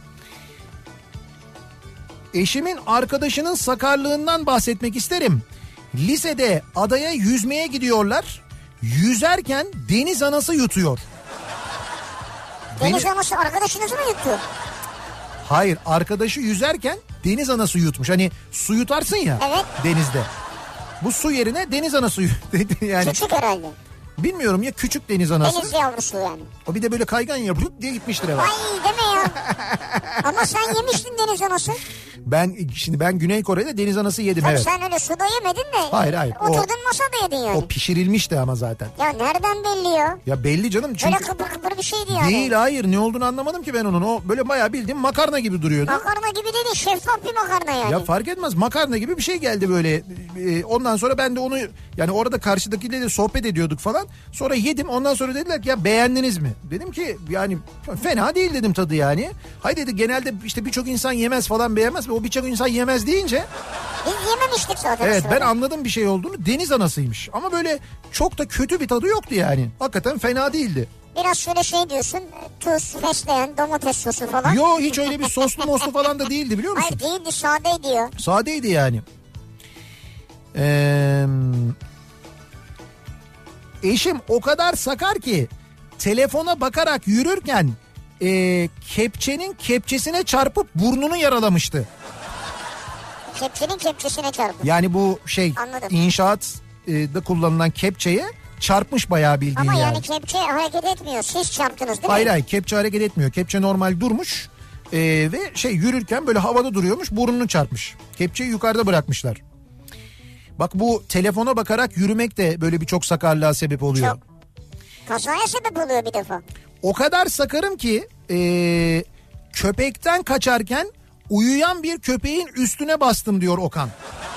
Eşimin arkadaşının sakarlığından bahsetmek isterim. Lisede adaya yüzmeye gidiyorlar. Yüzerken deniz anası yutuyor. Deniz, deniz... Deniz anası arkadaşınızı mı yutuyor? Hayır, arkadaşı yüzerken deniz anası yutmuş. Hani su yutarsın ya evet. denizde. Bu su yerine deniz anası yani. Küçük herhalde. Bilmiyorum ya, küçük deniz anası. Deniz yavrusu yani. O bir de böyle kaygan yapıp diye gitmiştir eve. Ay deme ya. Ama sen yemiştin deniz anası. Ben şimdi ben Güney Kore'de deniz anası yedim. Tabii evet. Sen öyle suda yemedin de. Hayır hayır. Oturdun o, masada yedin yani. O pişirilmişti ama zaten. Ya nereden belli ya? Ya belli canım. Çünkü öyle kıpır kıpır bir şeydi yani. Değil hayır, ne olduğunu anlamadım ki ben onun. O böyle bayağı bildiğim makarna gibi duruyordu. Makarna gibi dedi, şeffaf bir makarna yani. Ya fark etmez, makarna gibi bir şey geldi böyle. Ee, ondan sonra ben de onu yani orada karşıdakiyle de sohbet ediyorduk falan. Sonra yedim, ondan sonra dediler ki ya beğendiniz mi? Dedim ki yani fena değil dedim tadı yani. Hayır dedi, genelde işte birçok insan yemez falan, beğenmez. O birçok insan yemez deyince. Biz yememiştik zaten. Evet, ben anladım bir şey olduğunu. Deniz anasıymış ama böyle çok da kötü bir tadı yoktu yani. Hakikaten fena değildi. Biraz şöyle şey diyorsun, tuz, fesleğen, domates sosu falan. Yo, hiç öyle bir soslu moslu falan da değildi, biliyor musun? Hayır değildi, sadeydi ya. Sadeydi yani. Eee... Eşim o kadar sakar ki telefona bakarak yürürken e, kepçenin kepçesine çarpıp burnunu yaralamıştı. Kepçenin kepçesine çarpıp. Yani bu şey Anladım. inşaatta kullanılan kepçeye çarpmış bayağı bildiğin Ama yani. yani kepçe hareket etmiyor. Siz çarptınız değil hayır, mi? Hayır kepçe hareket etmiyor. Kepçe normal durmuş e, ve şey yürürken böyle havada duruyormuş, burnunu çarpmış. Kepçeyi yukarıda bırakmışlar. Bak bu telefona bakarak yürümek de böyle birçok sakarlığa sebep oluyor. Çok. Kazaya sebep oluyor bir defa. O kadar sakarım ki e, köpekten kaçarken uyuyan bir köpeğin üstüne bastım diyor Okan.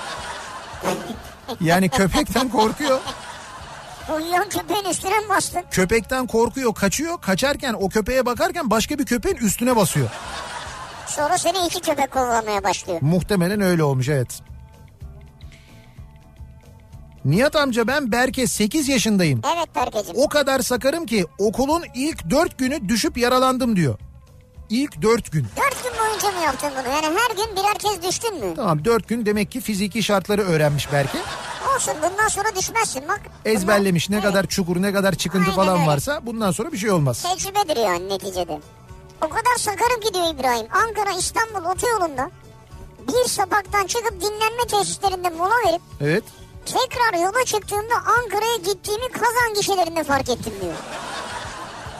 Yani köpekten korkuyor. Uyuyan köpeğin üstüne mi bastın? Köpekten korkuyor, kaçıyor. Kaçarken o köpeğe bakarken başka bir köpeğin üstüne basıyor. Sonra seni iki köpek kovalamaya başlıyor. Muhtemelen öyle olmuş, evet. Nihat amca, ben Berke, sekiz yaşındayım. Evet Berkeciğim. O kadar sakarım ki okulun ilk dört günü düşüp yaralandım diyor. İlk dört gün. Dört gün boyunca mı yaptın bunu? Yani her gün birer kez düştün mü? Tamam, dört gün demek ki fiziki şartları öğrenmiş Berke. Olsun, bundan sonra düşmezsin bak. Ezberlemiş, bundan... ne evet. kadar çukur, ne kadar çıkıntı Aynen falan öyle. Varsa bundan sonra bir şey olmaz. Tecrübedir yani neticede. O kadar sakarım ki diyor İbrahim. Ankara İstanbul otoyolunda bir sapaktan çıkıp dinlenme tesislerinde mola verip evet. tekrar yola çıktığımda Ankara'ya gittiğimi kazan gişelerinde fark ettim diyor.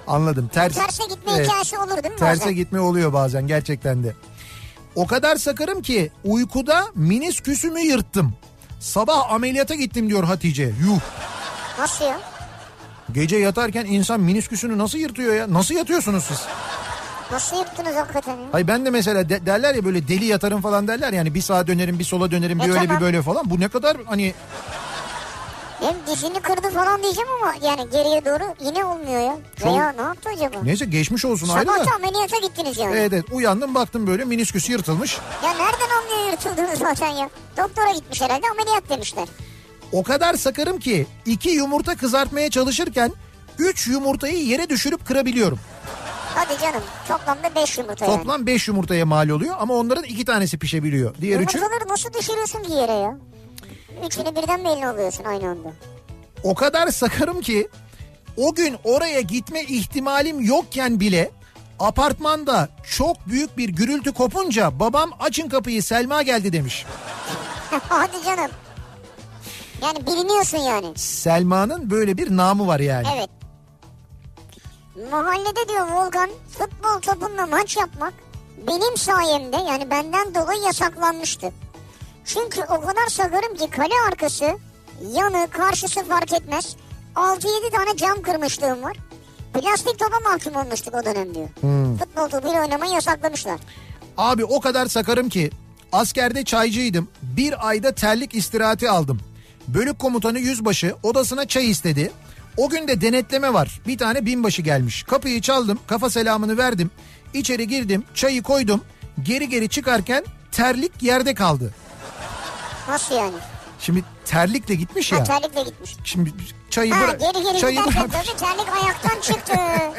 Anladım. Ters, terse gitme evet, hikayesi olur değil mi terse bazen? gitme oluyor bazen gerçekten de. O kadar sakarım ki uykuda minisküsümü yırttım. Sabah ameliyata gittim diyor Hatice. Yuh. Nasıl ya? Gece yatarken insan minisküsünü nasıl yırtıyor ya? Nasıl yatıyorsunuz siz? Nasıl yırttınız hakikaten ya? Hayır ben de mesela de, derler ya böyle deli yatarım falan derler yani bir sağa dönerim bir sola dönerim bir e öyle tamam. bir böyle falan. Bu ne kadar hani... Hem dizini kırdı falan diyeceğim ama yani geriye doğru yine olmuyor ya. Çok... Veya ne yaptı acaba? Neyse geçmiş olsun ayrı da. Sabahta ameliyata gittiniz yani. Evet evet uyandım baktım böyle minisküs yırtılmış. Ya nereden anlıyor yırtıldığını zaten ya? Doktora gitmiş herhalde ameliyat demişler. O kadar sakarım ki iki yumurta kızartmaya çalışırken üç yumurtayı yere düşürüp kırabiliyorum. Hadi canım toplamda beş yumurta yani. Toplam beş yumurtaya mal oluyor ama onların iki tanesi pişebiliyor. Diğer üçü... Yumurtaları nasıl düşürüyorsun ki yere ya? Üçünü birden mi eline alıyorsun aynı anda? O kadar sakarım ki o gün oraya gitme ihtimalim yokken bile apartmanda çok büyük bir gürültü kopunca babam açın kapıyı Selma geldi demiş. Hadi canım. Yani biliniyorsun yani. Selma'nın böyle bir namı var yani. Evet. Mahallede diyor Volkan futbol topunla maç yapmak benim sayemde yani benden dolayı yasaklanmıştı. Çünkü o kadar sakarım ki kale arkası, yanı, karşısı fark etmez. altı yedi tane cam kırmışlığım var. Plastik topa mahkum olmuştuk o dönem diyor. Hmm. Futbol topuyla oynamayı yasaklamışlar. Abi o kadar sakarım ki askerde çaycıydım. Bir ayda terlik istirahati aldım. Bölük komutanı yüzbaşı odasına çay istedi. O gün de denetleme var. Bir tane binbaşı gelmiş. Kapıyı çaldım, kafa selamını verdim. İçeri girdim, çayı koydum. Geri geri çıkarken terlik yerde kaldı. Nasıl yani? Şimdi terlikle gitmiş ya. Ha, terlikle gitmiş. Şimdi çayı ha, bırak. Geri geri çayı giderken bırak. tabii terlik ayaktan çıktı.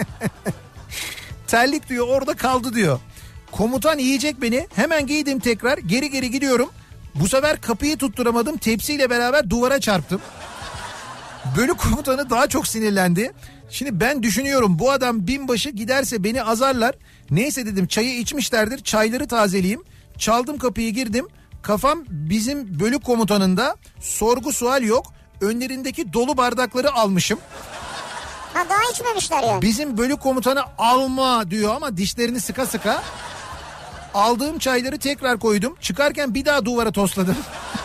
Terlik diyor orada kaldı diyor. Komutan yiyecek beni. Hemen giydim tekrar. Geri geri gidiyorum. Bu sefer kapıyı tutturamadım. Tepsiyle beraber duvara çarptım. Bölük komutanı daha çok sinirlendi. Şimdi ben düşünüyorum bu adam binbaşı giderse beni azarlar. Neyse dedim çayı içmişlerdir. Çayları tazeleyeyim. Çaldım kapıyı girdim. Kafam bizim bölük komutanında sorgu sual yok. Önlerindeki dolu bardakları almışım. Ha daha içmemişler yani. Bizim bölük komutanı alma diyor ama dişlerini sıka sıka. Aldığım çayları tekrar koydum. Çıkarken bir daha duvara tosladım.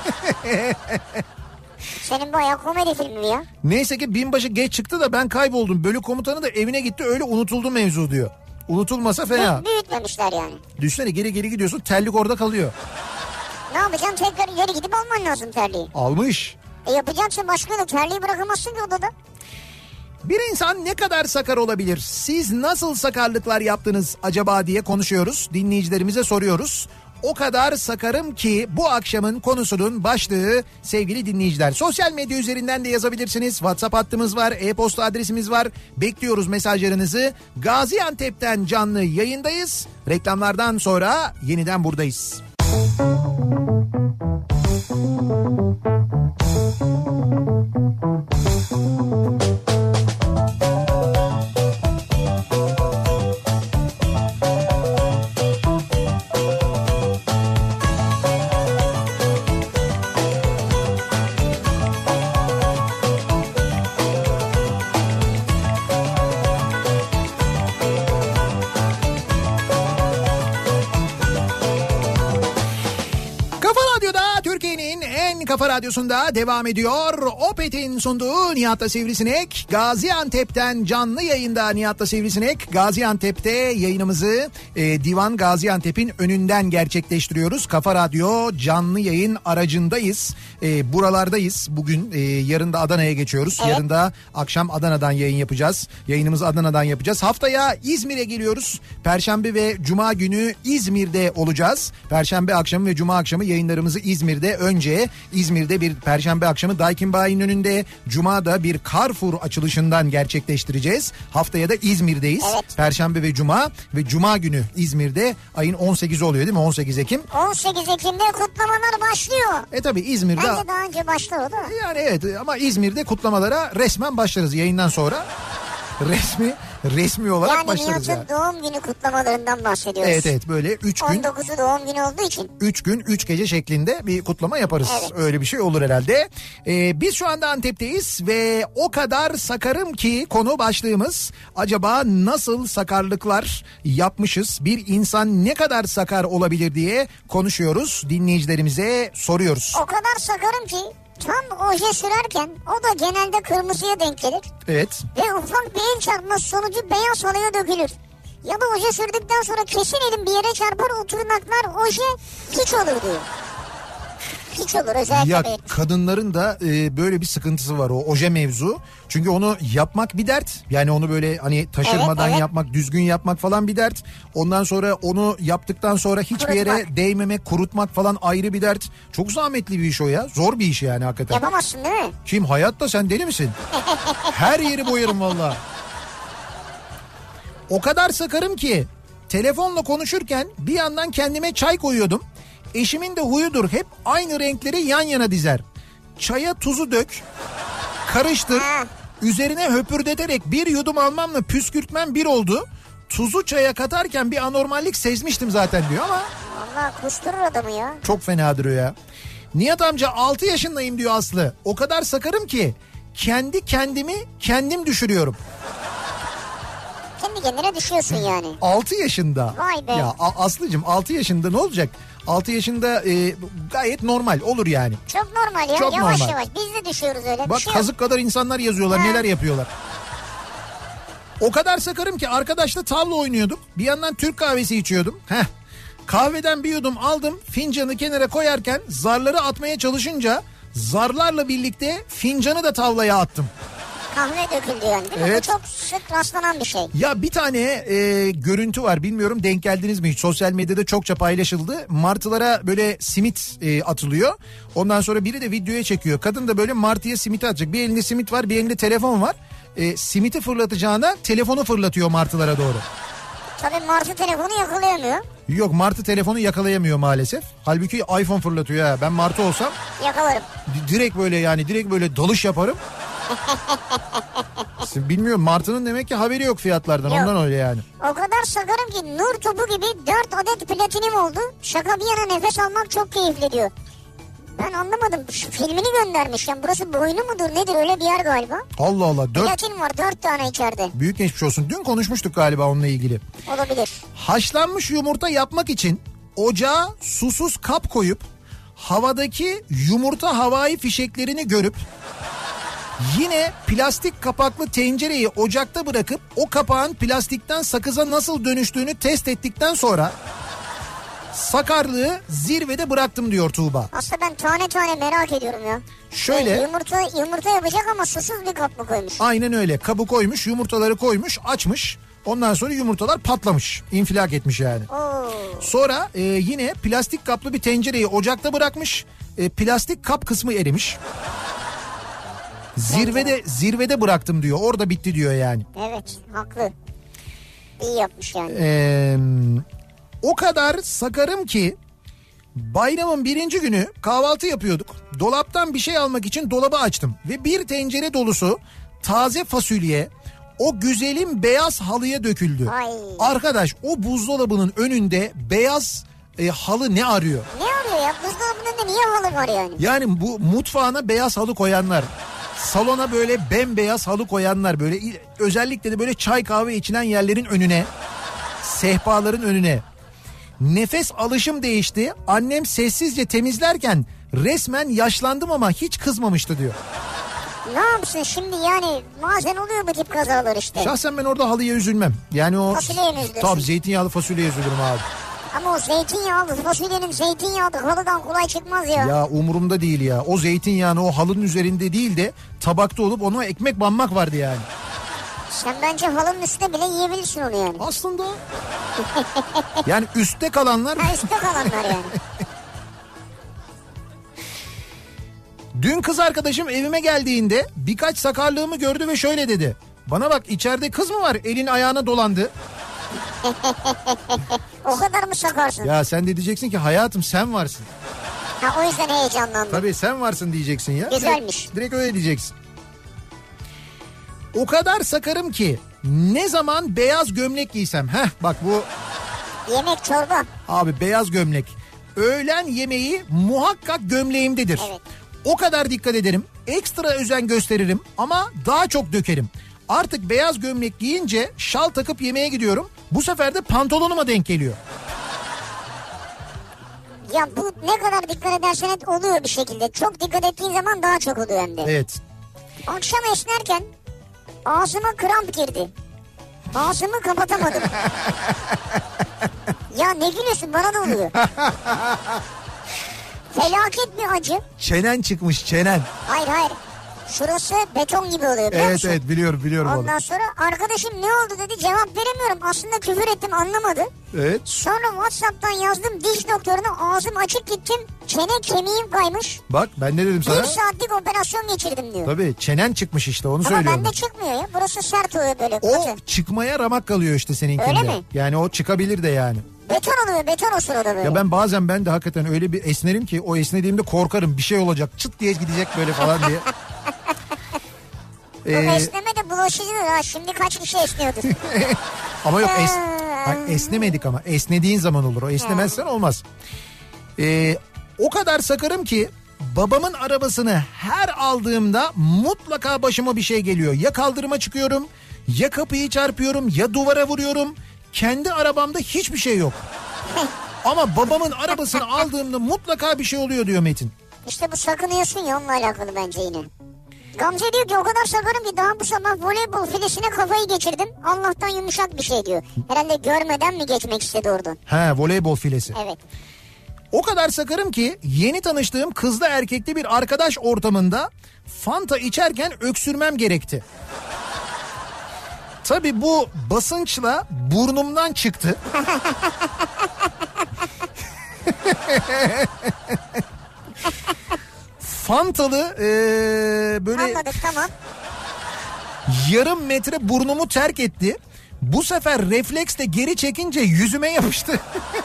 Senin bayağı komedi filmi ya. Neyse ki binbaşı geç çıktı da ben kayboldum. Bölük komutanı da evine gitti öyle unutuldu mevzu diyor. Unutulmasa fena. Büyütmemişler yani. Düşünsene geri geri gidiyorsun terlik orada kalıyor. Ne yapacaksın tekrar ileri gidip alman lazım terliği. Almış. E yapacaksın başka da terliği bırakamazsın ki odada. Bir insan ne kadar sakar olabilir? Siz nasıl sakarlıklar yaptınız acaba diye konuşuyoruz. Dinleyicilerimize soruyoruz. O kadar sakarım ki bu akşamın konusunun başlığı sevgili dinleyiciler. Sosyal medya üzerinden de yazabilirsiniz. WhatsApp hattımız var, e-posta adresimiz var. Bekliyoruz mesajlarınızı. Gaziantep'ten canlı yayındayız. Reklamlardan sonra yeniden buradayız. Kafa Radyosu'nda devam ediyor. Opet'in sunduğu Nihat'la Sivrisinek. Gaziantep'ten canlı yayında Nihat'la Sivrisinek. Gaziantep'te yayınımızı e, Divan Gaziantep'in önünden gerçekleştiriyoruz. Kafa Radyo canlı yayın aracındayız. E, buralardayız. Bugün e, yarın da Adana'ya geçiyoruz. Evet. Yarın da akşam Adana'dan yayın yapacağız. Yayınımızı Adana'dan yapacağız. Haftaya İzmir'e geliyoruz. Perşembe ve Cuma günü İzmir'de olacağız. Perşembe akşamı ve Cuma akşamı yayınlarımızı İzmir'de önce İzmir'de bir Perşembe akşamı Daikin Bayi'nin önünde, Cuma'da bir Carrefour açılışından gerçekleştireceğiz. Haftaya da İzmir'deyiz. Evet. Perşembe ve Cuma ve Cuma günü İzmir'de ayın on sekizi oluyor değil mi? on sekiz Ekim. on sekiz Ekim'de kutlamalar başlıyor. E tabi İzmir'de. Bence daha önce başladı da. Yani evet ama İzmir'de kutlamalara resmen başlarız yayından sonra. Resmi Resmi olarak yani başlarız Nihat'ın yani. doğum günü kutlamalarından bahsediyoruz. Evet evet böyle üç gün. on dokuzu doğum günü olduğu için. üç gün üç gece şeklinde bir kutlama yaparız. Evet. Öyle bir şey olur herhalde. Ee, biz şu anda Antep'teyiz ve o kadar sakarım ki konu başlığımız. Acaba nasıl sakarlıklar yapmışız? Bir insan ne kadar sakar olabilir diye konuşuyoruz. Dinleyicilerimize soruyoruz. O kadar sakarım ki tam oje sürerken o da genelde kırmızıya denk gelir. Evet. Ve ufak bir el çarpması sonucu beyaz halıya dökülür. Ya da oje sürdükten sonra kesin elim bir yere çarpar, o tırnaklar oje hiç olur diyor. Hiç olur özellikle. Ya değil. kadınların da e, böyle bir sıkıntısı var, o oje mevzu. Çünkü onu yapmak bir dert. Yani onu böyle hani taşırmadan Evet, evet. yapmak, düzgün yapmak falan bir dert. Ondan sonra onu yaptıktan sonra hiçbir yere Kurutmak. değmemek, kurutmak falan ayrı bir dert. Çok zahmetli bir iş o ya. Zor bir iş yani hakikaten. Yapamazsın değil mi? Kim hayatta, sen deli misin? Her yeri boyarım valla. O kadar sakarım ki telefonla konuşurken bir yandan kendime çay koyuyordum. Eşimin de huyudur, hep aynı renkleri yan yana dizer. Çaya tuzu dök, karıştır, Ha. üzerine höpürdeterek bir yudum almamla püskürtmem bir oldu. Tuzu çaya katarken bir anormallik sezmiştim zaten diyor ama Vallahi kusturur adamı ya. çok fenadır o ya. Nihat amca altı yaşındayım diyor Aslı. O kadar sakarım ki kendi kendimi kendim düşürüyorum. Kendi kendine düşüyorsun yani. altı yaşında. Vay be. Ya A- Aslıcığım altı yaşında ne olacak? altı yaşında e, gayet normal olur yani. Çok normal ya. Çok yavaş normal. yavaş. Biz de düşüyoruz öyle. Bak bir şey kazık kadar insanlar yazıyorlar, Ha. neler yapıyorlar. O kadar sakarım ki arkadaşla tavla oynuyorduk. Bir yandan Türk kahvesi içiyordum. Heh. Kahveden bir yudum aldım. Fincanı kenara koyarken zarları atmaya çalışınca zarlarla birlikte fincanı da tavlaya attım. Kahve döküldü yani değil mi? Evet. Bu çok sık rastlanan bir şey. Ya bir tane e, görüntü var, bilmiyorum denk geldiniz mi hiç, sosyal medyada çokça paylaşıldı. Martılara böyle simit e, atılıyor. Ondan sonra biri de videoya çekiyor. Kadın da böyle martıya simit atacak. Bir elinde simit var, bir elinde telefon var. E, simiti fırlatacağına telefonu fırlatıyor martılara doğru. Tabii martı telefonu yakalayamıyor. Yok, martı telefonu yakalayamıyor maalesef. Halbuki iPhone fırlatıyor ha. Ben martı olsam Yakalarım. di- direkt böyle yani direkt böyle dalış yaparım. Bilmiyorum, martının demek ki haberi yok fiyatlardan, Yok. ondan öyle yani. O kadar sakarım ki nur topu gibi dört adet platinim oldu. Şaka bir yana nefes almak çok keyifli diyor. Ben anlamadım. Şu filmini göndermiş. Yani burası boynu mudur nedir, öyle bir yer galiba. Allah Allah. Dört... Platin var dört tane içeride. Büyük geçmiş olsun. Dün konuşmuştuk galiba onunla ilgili. Olabilir. Haşlanmış yumurta yapmak için ocağa susuz kap koyup havadaki yumurta havai fişeklerini görüp yine plastik kapaklı tencereyi ocakta bırakıp o kapağın plastikten sakıza nasıl dönüştüğünü test ettikten sonra sakarlığı zirvede bıraktım diyor Tuğba. Aslında ben tane tane merak ediyorum ya. Şöyle. E, yumurta, yumurta yapacak ama susuz bir kap mı koymuş? Aynen öyle. Kabı koymuş, yumurtaları koymuş, açmış. Ondan sonra yumurtalar patlamış. İnfilak etmiş yani. Oo. Sonra e, yine plastik kaplı bir tencereyi ocakta bırakmış. E, plastik kap kısmı erimiş. Zirvede zirvede bıraktım diyor. Orada bitti diyor yani. Evet, haklı. İyi yapmış yani. Ee, o kadar sakarım ki bayramın birinci günü kahvaltı yapıyorduk. Dolaptan bir şey almak için dolabı açtım. Ve bir tencere dolusu taze fasulye o güzelim beyaz halıya döküldü. Ay. Arkadaş, o buzdolabının önünde beyaz e, halı ne arıyor? Ne arıyor ya? Buzdolabının da niye halı var yani? Yani bu mutfağına beyaz halı koyanlar, salona böyle bembeyaz halı koyanlar, böyle özellikle de böyle çay kahve içilen yerlerin önüne, sehpaların önüne. Nefes alışım değişti. Annem sessizce temizlerken resmen yaşlandım ama hiç kızmamıştı diyor. Ne yapsın şimdi yani, bazen oluyor bu tip kazalar işte. Şahsen ben orada halıya üzülmem. Yani o Fasulyeye mi üzülüyorsun? tabii zeytinyağlı fasulyeye üzülürüm abi. Ama o zeytinyağlı fasulyenin zeytinyağlı halıdan kolay çıkmaz ya. Ya umurumda değil ya. O zeytinyağını o halının üzerinde değil de tabakta olup ona ekmek banmak vardı yani. Sen bence halının üstüne bile yiyebilirsin onu yani. Aslında yani üstte kalanlar. Ha, üstte kalanlar yani. Dün kız arkadaşım evime geldiğinde birkaç sakarlığımı gördü ve şöyle dedi. Bana bak, içeride kız mı var, elin ayağına dolandı. O kadar mı sakarsın? Ya sen de diyeceksin ki hayatım sen varsın. Ha, o yüzden heyecanlandım. Tabii sen varsın diyeceksin ya. Güzelmiş. Direkt, direkt öyle diyeceksin. O kadar sakarım ki Ne zaman beyaz gömlek giysem. Heh bak bu. Yemek çorba. Abi beyaz gömlek. Öğlen yemeği muhakkak gömleğimdedir. Evet. O kadar dikkat ederim. Ekstra özen gösteririm ama daha çok dökerim. Artık beyaz gömlek giyince şal takıp yemeğe gidiyorum. Bu sefer de pantolonuma denk geliyor. Ya bu ne kadar dikkat edersen et oluyor bir şekilde. Çok dikkat ettiğin zaman daha çok oluyor hem de. Evet. Akşam esnerken ağzıma kramp girdi. Ağzımı kapatamadım. Ya ne gülüyorsun, bana da oluyor. Felaket bir acı. Çenen çıkmış, çenen. Hayır hayır. Şurası beton gibi oluyor, biliyor evet, musun? Evet biliyorum biliyorum. Ondan onu. Sonra arkadaşım ne oldu dedi, cevap veremiyorum. Aslında küfür ettim, anlamadı. Evet. Sonra WhatsApp'tan yazdım diş doktoruna, ağzım açık gittim. Çene kemiğim kaymış. Bak ben ne dedim sana? Bir saatlik operasyon geçirdim diyor. Tabii çenen çıkmış işte, onu Ama söylüyorum. Ama bende çıkmıyor ya, burası sert oluyor böyle. O katı. çıkmaya ramak kalıyor işte seninkinde. Öyle mi? Yani o çıkabilir de yani. Beton oluyor, beton o sırada böyle. Ya ben bazen ben de hakikaten öyle bir esnerim ki o esnediğimde korkarım bir şey olacak, çıt diye gidecek böyle falan diye. Bu ee, esneme de bulaşıcıdır ha, şimdi kaç kişi esniyordur. Ama yok es, Ay, esnemedik ama esnediğin zaman olur, o esnemezsen olmaz. Ee, o kadar sakarım ki babamın arabasını her aldığımda mutlaka başıma bir şey geliyor. Ya kaldırıma çıkıyorum, ya kapıyı çarpıyorum, ya duvara vuruyorum. Kendi arabamda hiçbir şey yok. Ama babamın arabasını aldığımda mutlaka bir şey oluyor diyor Metin. İşte bu sakınıyorsun ya, onunla alakalı bence yine. Gamze diyor ki o kadar sakarım ki daha bu sabah voleybol filesine kafayı geçirdim. Allah'tan yumuşak bir şey diyor. Herhalde görmeden mi geçmek istedi oradan? He, voleybol filesi. Evet. O kadar sakarım ki yeni tanıştığım kızlı erkekli bir arkadaş ortamında Fanta içerken öksürmem gerekti. Tabii bu basınçla burnumdan çıktı. Fantalı ee, böyle anladık, tamam. Yarım metre burnumu terk etti. Bu sefer refleksle geri çekince yüzüme yapıştı.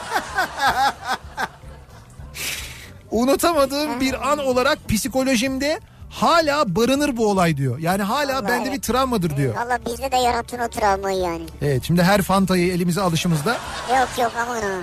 Unutamadığım bir an olarak psikolojimde hala barınır bu olay diyor. Yani hala vallahi bende evet. bir travmadır diyor. Valla bizde de yarattın o travmayı yani. Evet, şimdi her Fanta'yı elimize alışımızda. Yok yok aman ha.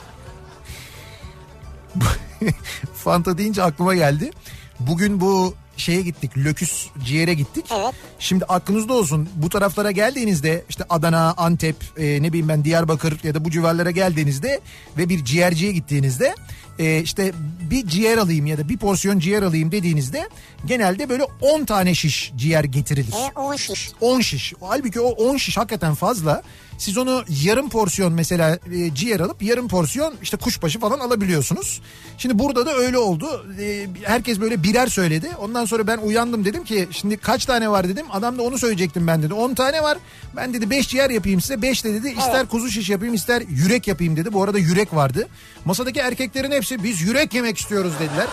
Fanta deyince aklıma geldi. Bugün bu şeye gittik, Löküs ciğere gittik. Evet. Şimdi aklınızda olsun, bu taraflara geldiğinizde işte Adana, Antep, e, ne bileyim ben Diyarbakır ya da bu civarlara geldiğinizde ve bir ciğerciye gittiğinizde e, işte bir ciğer alayım ya da bir porsiyon ciğer alayım dediğinizde genelde böyle on tane şiş ciğer getirilir. E on şiş. on şiş. Halbuki o on şiş hakikaten fazla. Siz onu yarım porsiyon mesela e, ciğer alıp yarım porsiyon işte kuşbaşı falan alabiliyorsunuz. Şimdi burada da öyle oldu. E, herkes böyle birer söyledi. Ondan sonra ben uyandım, dedim ki şimdi kaç tane var dedim. Adam da onu söyleyecektim ben dedi. on tane var. Ben dedi beş ciğer yapayım size. beş de dedi ister evet. kuzu şiş yapayım ister yürek yapayım dedi. Bu arada yürek vardı. Masadaki erkeklerin hepsi biz yürek yemek istiyoruz dediler.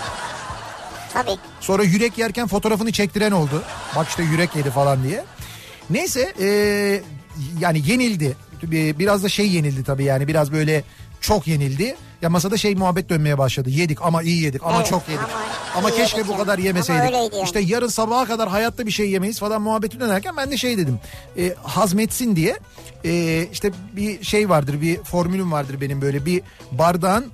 Tabii. Sonra yürek yerken fotoğrafını çektiren oldu. Bak işte yürek yedi falan diye. Neyse eee yani yenildi. Biraz da şey yenildi tabii, yani biraz böyle çok yenildi. Ya masada şey muhabbet dönmeye başladı. Yedik ama iyi yedik ama evet, çok yedik. Ama, ama keşke yedik bu yani. kadar yemeseydik. Yani. İşte yarın sabaha kadar hayatta bir şey yemeyiz falan muhabbeti dönerken ben de şey dedim. E, hazmetsin diye e, işte bir şey vardır, bir formülüm vardır benim, böyle bir bardağın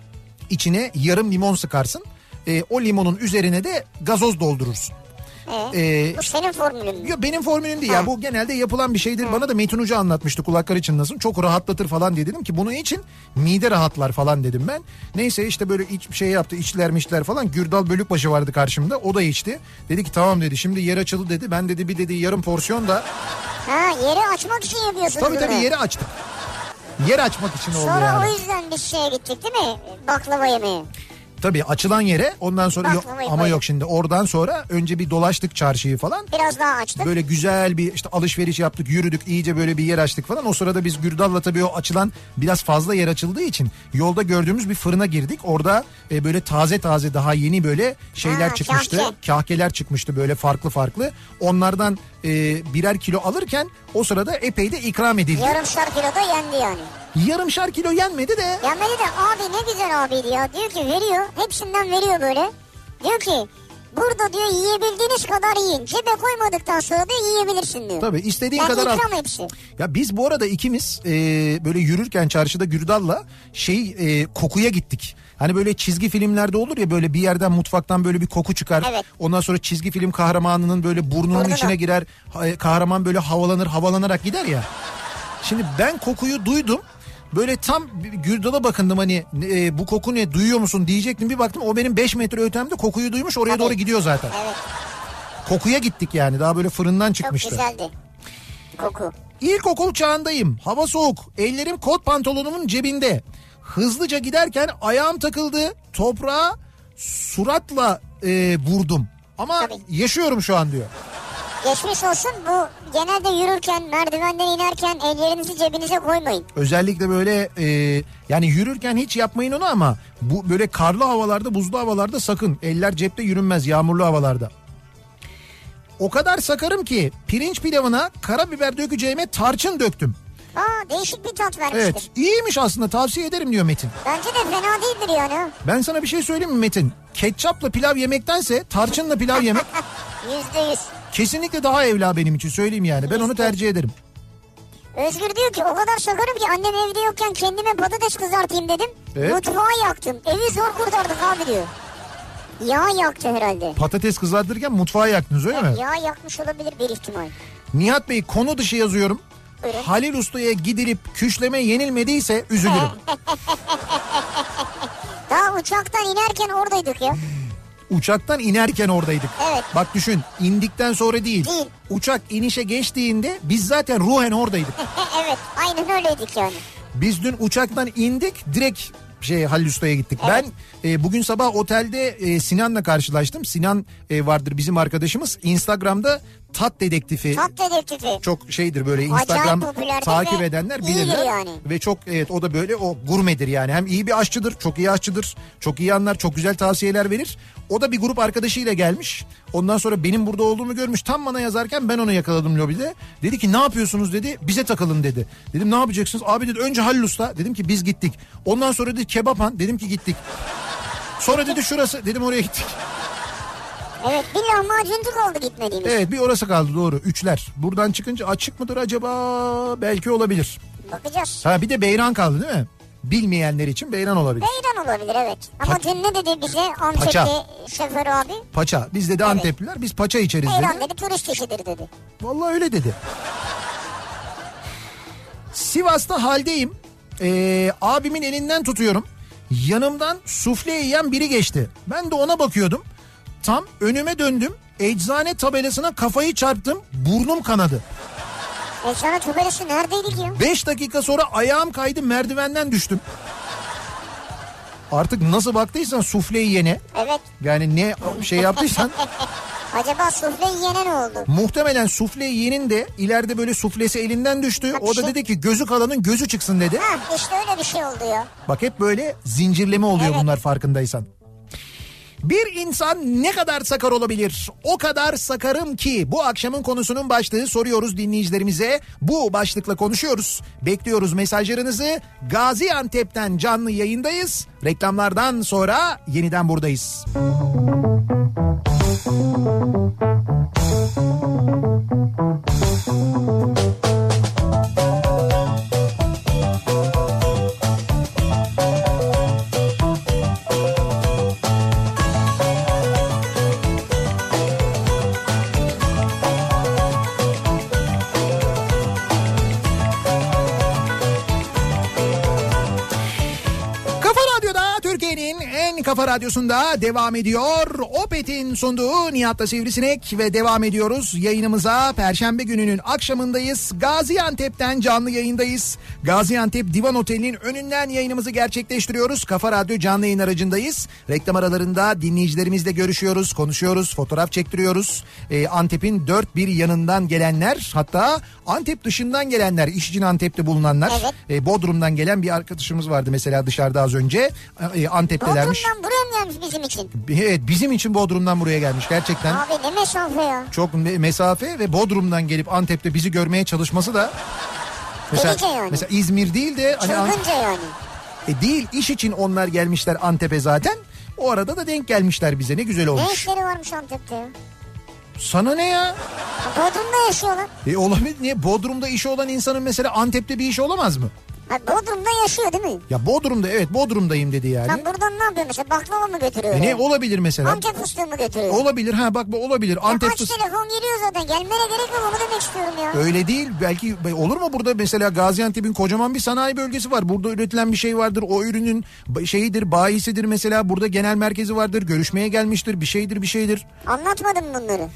içine yarım limon sıkarsın. E, o limonun üzerine de gazoz doldurursun. Ee, bu senin formülün mü? Yok, benim formülüm değil ha. Ya, bu genelde yapılan bir şeydir. Ha. Bana da Metin Hoca anlatmıştı, kulakları çınlasın. Çok rahatlatır falan diye dedim ki bunun için mide rahatlar falan dedim ben. Neyse işte böyle iç şey yaptı, içler mişler falan. Gürdal Bölükbaşı vardı karşımda, o da içti. Dedi ki tamam dedi, şimdi yer açıldı dedi. Ben dedi bir dedi yarım porsiyon da. Ha, yeri açmak için yapıyorsun. Tabii tabii yeri açtık. Yer açmak için oldu sonra yani. Sonra o yüzden biz şeye gittik değil mi? Baklava yemeye. Tabii açılan yere ondan sonra yok, ama koydum. Yok şimdi oradan sonra önce bir dolaştık çarşıyı falan. Biraz daha açtık. Böyle güzel bir işte alışveriş yaptık, yürüdük, iyice böyle bir yer açtık falan. O sırada biz Gürdal'la tabii o açılan biraz fazla yer açıldığı için yolda gördüğümüz bir fırına girdik. Orada e, böyle taze taze daha yeni böyle şeyler ha, çıkmıştı. Kahke. Kahkeler çıkmıştı böyle farklı farklı. Onlardan e, birer kilo alırken o sırada epey de ikram edildi. Yarımşar kilo da yendi yani. Yarımşar kilo yenmedi de. Yenmedi de abi ne güzel abiydi ya. Diyor ki veriyor. Hepsinden veriyor böyle. Diyor ki burada diyor yiyebildiğiniz İstediğiniz kadar yiyin. Cebe koymadıktan sonra da yiyebilirsin diyor. Tabii istediğin yani kadar al. ikram hepsi. Ya biz bu arada ikimiz e, böyle yürürken çarşıda Gürdal'la şey e, kokuya gittik. Hani böyle çizgi filmlerde olur ya, böyle bir yerden mutfaktan böyle bir koku çıkar. Evet. Ondan sonra çizgi film kahramanının böyle burnunun Burnuna. içine girer. Kahraman böyle havalanır, havalanarak gider ya. Şimdi ben kokuyu duydum. Böyle tam Gürdal'a bakındım, hani e, bu koku ne, duyuyor musun diyecektim. Bir baktım o benim beş metre ötemde kokuyu duymuş, oraya Tabii. doğru gidiyor zaten. Evet. Kokuya gittik yani, daha böyle fırından çıkmıştı. Çok güzeldi koku. İlkokul çağındayım, hava soğuk, ellerim kot pantolonumun cebinde. Hızlıca giderken ayağım takıldı, toprağa suratla e, vurdum. Ama Tabii. yaşıyorum şu an diyor. Geçmiş olsun. Bu genelde yürürken, merdivenden inerken ellerinizi cebinize koymayın. Özellikle böyle e, yani yürürken hiç yapmayın onu, ama bu böyle karlı havalarda, buzlu havalarda sakın. Eller cepte yürünmez, yağmurlu havalarda. O kadar sakarım ki pirinç pilavına karabiber dökeceğime tarçın döktüm. Aa, değişik bir tat vermiştir. Evet, iyiymiş aslında, tavsiye ederim diyor Metin. Bence de fena değildir yani. Ben sana bir şey söyleyeyim mi Metin? Ketçapla pilav yemektense tarçınla pilav yemek Yüzde yüz. kesinlikle daha evla benim için, söyleyeyim yani. Ben onu tercih ederim. Özgür diyor ki o kadar sakarım ki annem evde yokken kendime patates kızartayım dedim. Evet. Mutfağı yaktım. Evi zor kurtardık abi diyor. Yağ yaktı herhalde. Patates kızartırken mutfağı yaktınız öyle evet, mi? Yağ yakmış olabilir bir ihtimal. Nihat Bey, konu dışı yazıyorum. Buyurun. Halil Usta'ya gidilip küşleme yenilmediyse üzülürüm. Daha uçaktan inerken oradaydık ya. Uçaktan inerken oradaydık. Evet. Bak düşün, indikten sonra değil. Değil. Uçak inişe geçtiğinde biz zaten ruhen oradaydık. evet, aynen öyleydik yani. Biz dün uçaktan indik, direkt şey Halil Usta'ya gittik. Evet. Ben e, bugün sabah otelde e, Sinan'la karşılaştım. Sinan e, vardır bizim arkadaşımız. Instagram'da Tat Dedektifi. Tat Dedektifi. Çok şeydir böyle, Instagram takip edenler bilirler. Yani. Ve çok, evet, o da böyle o gurmedir yani. Hem iyi bir aşçıdır, çok iyi aşçıdır. Çok iyi anlar, çok güzel tavsiyeler verir. O da bir grup arkadaşıyla gelmiş. Ondan sonra benim burada olduğumu görmüş. Tam bana yazarken ben onu yakaladım lobide. Dedi ki ne yapıyorsunuz dedi, bize takılın dedi. Dedim ne yapacaksınız? Abi dedi önce Halil Usta. Dedim ki biz gittik. Ondan sonra dedi Kebaphan. Dedim ki gittik. Sonra dedi şurası. Dedim oraya gittik. Evet, bir lahmacuncuk oldu gitmediğimiz. Evet, bir orası kaldı, doğru. Üçler. Buradan çıkınca açık mıdır acaba? Belki olabilir. Bakacağız. Ha, bir de Beyran kaldı değil mi? Bilmeyenler için Beyran olabilir. Beyran olabilir, evet. Ama Pa- dün ne dedi bize Antepli Paça. Şoför abi? Paça. Biz dedi evet. Antepliler biz paça içeriz Beyran dedi. Beyran dedi turist işidir dedi. Vallahi öyle dedi. Sivas'ta haldeyim. Ee, abimin elinden tutuyorum. Yanımdan sufle yiyen biri geçti. Ben de ona bakıyordum. Tam önüme döndüm. Eczane tabelasına kafayı çarptım. Burnum kanadı. Eczane tabelası neredeydi ki ya? Beş dakika sonra ayağım kaydı, merdivenden düştüm. Artık nasıl baktıysan sufle yiyene. Evet. Yani ne şey yaptıysan. Acaba sufle yiyene ne oldu? Muhtemelen sufle yiyenin de ileride böyle suflesi elinden düştü. Ha, o da şey... dedi ki gözü kalanın gözü çıksın dedi. Ha, işte öyle bir şey oldu ya. Bak hep böyle zincirleme oluyor evet. Bunlar, farkındaysan. Bir insan ne kadar sakar olabilir? O kadar sakarım ki. Bu akşamın konusunun başlığı, soruyoruz dinleyicilerimize. Bu başlıkla konuşuyoruz. Bekliyoruz mesajlarınızı. Gaziantep'ten canlı yayındayız. Reklamlardan sonra yeniden buradayız. Kafa Radyosu'nda devam ediyor. Opet'in sunduğu Nihat'la Sivrisinek ve devam ediyoruz yayınımıza. Perşembe gününün akşamındayız. Gaziantep'ten canlı yayındayız. Gaziantep Divan Oteli'nin önünden yayınımızı gerçekleştiriyoruz. Kafa Radyo canlı yayın aracındayız. Reklam aralarında dinleyicilerimizle görüşüyoruz, konuşuyoruz, fotoğraf çektiriyoruz. Ee, Antep'in dört bir yanından gelenler, hatta Antep dışından gelenler, iş için Antep'te bulunanlar. Evet. Ee, Bodrum'dan gelen bir arkadaşımız vardı mesela dışarıda az önce. Ee, Antep'telermiş. Bodrum'dan buraya mı gelmiş bizim için? Evet, bizim için Bodrum'dan buraya gelmiş gerçekten. Abi ne mesafe ya? Çok mesafe ve Bodrum'dan gelip Antep'te bizi görmeye çalışması da mesela, yani. mesela İzmir değil de hani çılgınca yani. E değil, iş için onlar gelmişler Antep'e zaten. O arada da denk gelmişler bize, ne güzel olmuş. Ne işleri varmış Antep'te ya? Sana ne ya? Bodrum'da yaşıyorlar. E olabilir. Niye? Bodrum'da işi olan insanın mesela Antep'te bir işi olamaz mı? Ha, Bodrum'da yaşıyor değil mi? Ya Bodrum'da, evet, Bodrum'dayım dedi yani. Ha, buradan ne yapıyor mesela? Baklava mı götürüyor? E ne olabilir mesela? Antep fıstığı mı götürüyor? Olabilir, ha bak bu olabilir. Ya Antep kaç fıstığı. telefon geliyor zaten, gelmene gerek yok, onu demek istiyorum ya. Öyle değil, belki olur mu burada mesela Gaziantep'in kocaman bir sanayi bölgesi var. Burada üretilen bir şey vardır, o ürünün şeyidir, bayisidir mesela, burada genel merkezi vardır, görüşmeye gelmiştir, bir şeydir bir şeydir. Anlatmadın bunları.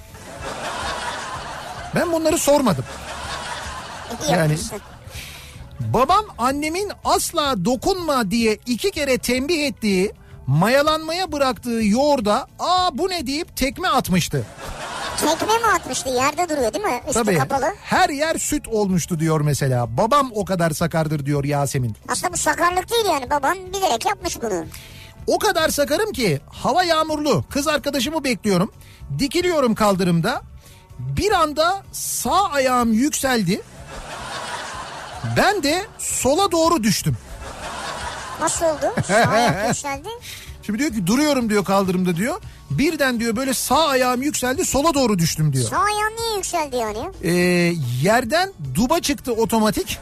Ben bunları sormadım. İyi Yani yapmışsın. babam annemin asla dokunma diye iki kere tembih ettiği, mayalanmaya bıraktığı yoğurda aa bu ne deyip tekme atmıştı. Tekme mi atmıştı? Yerde duruyor değil mi? Üstü Tabii, kapalı. her yer süt olmuştu diyor mesela. Babam o kadar sakardır diyor Yasemin. Aslında bu sakarlık değil yani, baban bilerek yapmış bunu. O kadar sakarım ki hava yağmurlu, kız arkadaşımı bekliyorum. Dikiliyorum kaldırımda. Bir anda sağ ayağım yükseldi. Ben de sola doğru düştüm. Nasıl oldu? Sağ ayak yükseldi. Şimdi diyor ki duruyorum diyor kaldırımda diyor. Birden diyor böyle sağ ayağım yükseldi, sola doğru düştüm diyor. Sağ ayağın niye yükseldi yani? Ee, yerden duba çıktı otomatik.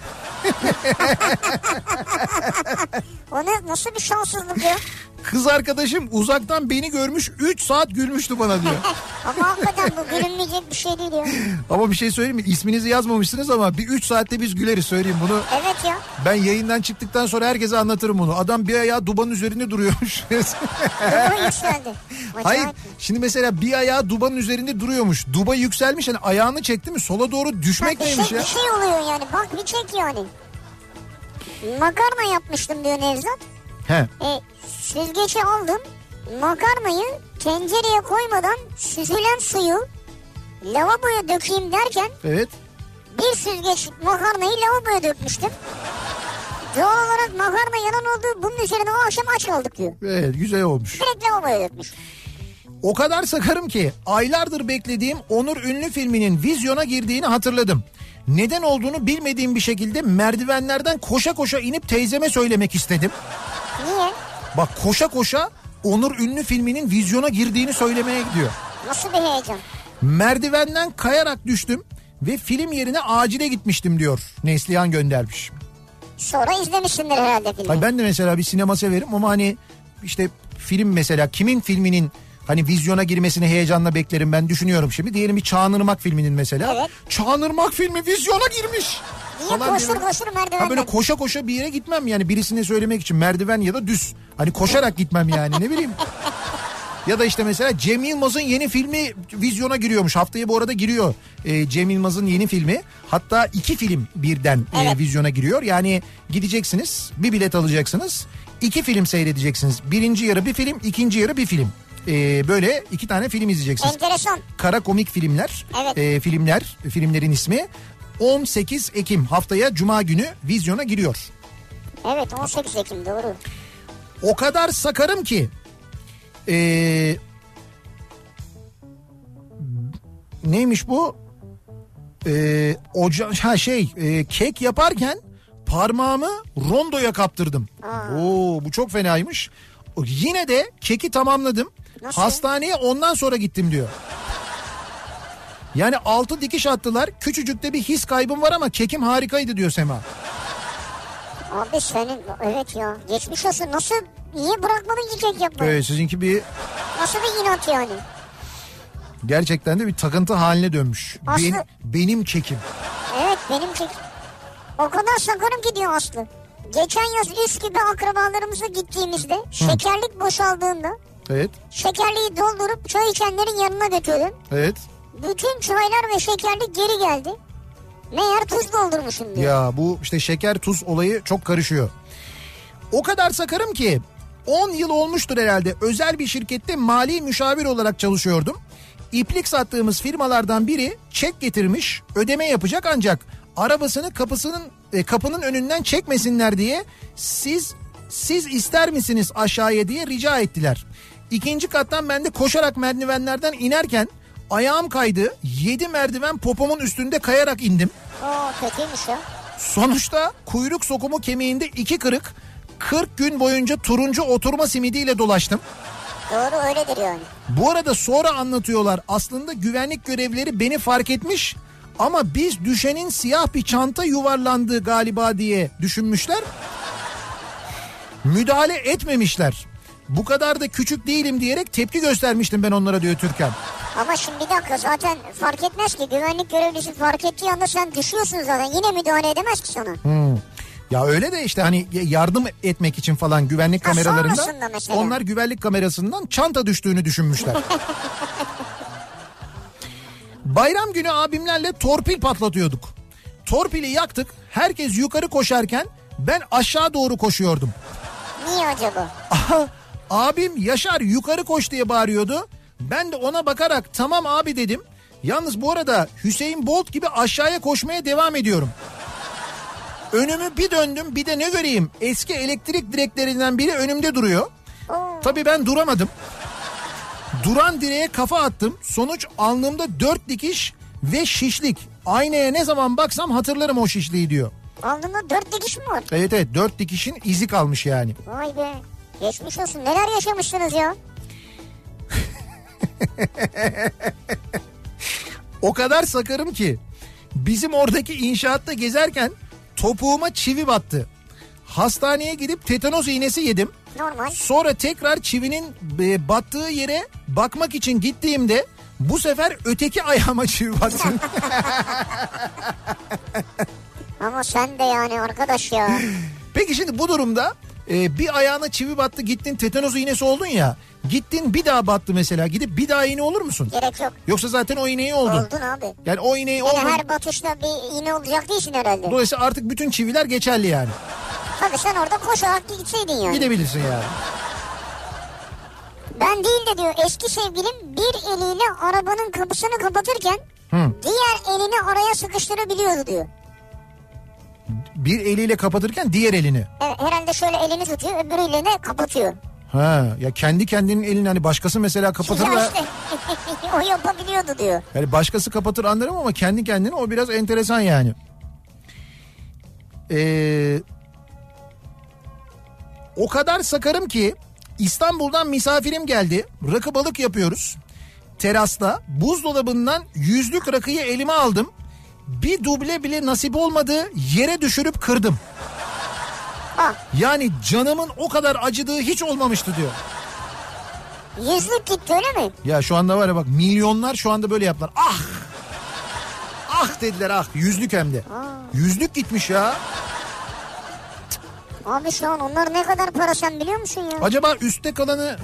O ne, nasıl bir şanssızlık ya? Kız arkadaşım uzaktan beni görmüş, üç saat gülmüştü bana diyor. Ama hakikaten bu gülünmeyecek bir şey değil ya. Ama bir şey söyleyeyim mi? İsminizi yazmamışsınız ama bir üç saatte biz güleriz, söyleyeyim bunu. Evet ya. Ben yayından çıktıktan sonra herkese anlatırım bunu. Adam bir ayağı dubanın üzerinde duruyormuş. Duba yükseldi. Hayır, Acayip. şimdi mesela bir ayağı dubanın üzerinde duruyormuş. Duba yükselmiş, yani ayağını çekti mi sola doğru düşmek Ha, bir neymiş şey, ya? Bir şey oluyor yani, bak bir çek yani. Makarna yapmıştım diyor Nevzat. He. E, süzgeci aldım. Makarnayı tencereye koymadan süzülen suyu lavaboya dökeyim derken Evet. bir süzgeç makarnayı lavaboya dökmüştüm. Doğal olarak makarna yanan oldu. Bunun üzerine o akşam aç kaldık diyor. Evet, güzel olmuş. Direkt lavaboya dökmüş. O kadar sakarım ki aylardır beklediğim Onur Ünlü filminin vizyona girdiğini hatırladım. Neden olduğunu bilmediğim bir şekilde merdivenlerden koşa koşa inip teyzeme söylemek istedim. Niye? Bak, koşa koşa Onur Ünlü filminin vizyona girdiğini söylemeye gidiyor. Nasıl bir heyecan? Merdivenden kayarak düştüm ve film yerine acile gitmiştim diyor. Neslihan göndermiş. Sonra izlemişsindir herhalde filmi. Hayır, ben de mesela bir sinema severim ama hani işte film mesela kimin filminin hani vizyona girmesini heyecanla beklerim, ben düşünüyorum şimdi. Diyelim bir Çağınırmak filminin mesela. Evet. Çağınırmak filmi vizyona girmiş. Niye koştur diyorum. koştur merdivenden? Ha böyle koşa koşa bir yere gitmem yani, birisine söylemek için merdiven ya da düz. Hani koşarak gitmem yani, ne bileyim. Ya da işte mesela Cem Yılmaz'ın yeni filmi vizyona giriyormuş. Haftaya bu arada giriyor ee, Cem Yılmaz'ın yeni filmi. Hatta iki film birden evet. e, vizyona giriyor. Yani gideceksiniz, bir bilet alacaksınız. İki film seyredeceksiniz. Birinci yarı bir film, ikinci yarı bir film. Ee, böyle iki tane film izleyeceksiniz. Enteresan. Kara komik filmler. Evet. E, filmler, filmlerin ismi. on sekiz Ekim haftaya Cuma günü vizyona giriyor. Evet, on sekiz Ekim doğru. O kadar sakarım ki Ee, neymiş bu? Ee, oca ha şey e, kek yaparken parmağımı rondoya kaptırdım. Aa. Oo, bu çok fenaymış. Yine de keki tamamladım. Nasıl? Hastaneye ondan sonra gittim diyor. Yani altı dikiş attılar. Küçücükte bir his kaybım var ama kekim harikaydı diyor Sema. Abi senin evet ya, geçmiş olsun. Nasıl, niye bırakmadın ki kek yapmayı? Evet, sizinki bir Nasıl bir inat yani? gerçekten de bir takıntı haline dönmüş. Aslı- Benim, benim kekim. Evet, benim kek. O kadar sakarım ki diyor Aslı. Geçen yaz Üsküp'e akrabalarımıza gittiğimizde şekerlik boşaldığında Evet. şekerliği doldurup çay içenlerin yanına götürdüm. Evet. Bütün çaylar ve şekerlik geri geldi. Meğer tuz doldurmuşum diyor. Ya bu işte şeker tuz olayı çok karışıyor. O kadar sakarım ki on yıl olmuştur herhalde, özel bir şirkette mali müşavir olarak çalışıyordum. İplik sattığımız firmalardan biri çek getirmiş, ödeme yapacak ancak arabasını kapısının e, kapının önünden çekmesinler diye siz siz ister misiniz aşağıya diye rica ettiler. İkinci kattan ben de koşarak merdivenlerden inerken ayağım kaydı. Yedi merdiven popomun üstünde kayarak indim. Oo, kötüymüş ya. Sonuçta kuyruk sokumu kemiğinde iki kırık, kırk gün boyunca turuncu oturma simidiyle dolaştım. Doğru, öyledir yani. Bu arada sonra anlatıyorlar, aslında güvenlik görevlileri beni fark etmiş ama biz düşenin siyah bir çanta yuvarlandığı galiba diye düşünmüşler. Müdahale etmemişler. Bu kadar da küçük değilim diyerek tepki göstermiştim ben onlara diyor Türkan. Ama şimdi bir dakika, zaten fark etmez ki, güvenlik görevlisi fark ettiği anda sen düşüyorsun zaten, yine müdahale edemez ki sana. Hmm. Ya öyle de işte hani yardım etmek için falan güvenlik ha, kameralarında mesela. Onlar güvenlik kamerasından çanta düştüğünü düşünmüşler. Bayram günü abimlerle torpil patlatıyorduk. Torpili yaktık, herkes yukarı koşarken ben aşağı doğru koşuyordum. Niye acaba? Aha, abim Yaşar yukarı koş diye bağırıyordu. Ben de ona bakarak tamam abi dedim. Yalnız bu arada Hüseyin Bolt gibi aşağıya koşmaya devam ediyorum. Önümü bir döndüm, bir de ne göreyim, eski elektrik direklerinden biri önümde duruyor. Oo. Tabii ben duramadım. Duran direğe kafa attım. Sonuç alnımda dört dikiş ve şişlik. Aynaya ne zaman baksam hatırlarım o şişliği diyor. Alnında dört dikiş mi var? Evet evet, dört dikişin izi kalmış yani. Vay be, geçmiş olsun, neler yaşamışsınız ya. O kadar sakarım ki bizim oradaki inşaatta gezerken topuğuma çivi battı. Hastaneye gidip tetanoz iğnesi yedim. Normal. Sonra tekrar çivinin e, battığı yere bakmak için gittiğimde bu sefer öteki ayağıma çivi battı. Ama sen de yani arkadaş ya. Peki şimdi bu durumda e, bir ayağına çivi battı, gittin tetanoz iğnesi oldun ya. Gittin bir daha battı mesela, gidip bir daha iğne olur musun? Gerek yok. Yoksa zaten o iğneyi oldun. Oldun abi. Yani o iğneyi yani oldun. her batışta bir iğne olacak değilsin herhalde. Dolayısıyla artık bütün çiviler geçerli yani. Tabii sen orada koşarak gitseydin yani. Gidebilirsin yani. Ben değil de diyor eski sevgilim bir eliyle arabanın kapısını kapatırken Hı. diğer elini araya sıkıştırabiliyordu diyor. Bir eliyle kapatırken diğer elini. Evet, herhalde şöyle elini tutuyor, öbürüyle de kapatıyor. Ha, ya kendi kendinin elini, hani başkası mesela kapatır da. Işte, o yapabiliyordu diyor. Yani başkası kapatır anlarım ama kendi kendine o biraz enteresan yani. Ee, o kadar sakarım ki İstanbul'dan misafirim geldi. Rakı balık yapıyoruz. Terasta buzdolabından yüzlük rakıyı elime aldım. Bir duble bile nasip olmadı, yere düşürüp kırdım. Ha. Yani canımın o kadar acıdığı hiç olmamıştı diyor. Yüzlük gitti öyle mi? Ya şu anda var ya bak, milyonlar şu anda böyle yaptılar. Ah! Ah dediler, ah, yüzlük hem de. Aa. Yüzlük gitmiş ya. Abi şu an onlar ne kadar para sen biliyor musun ya? Acaba üstte kalanı...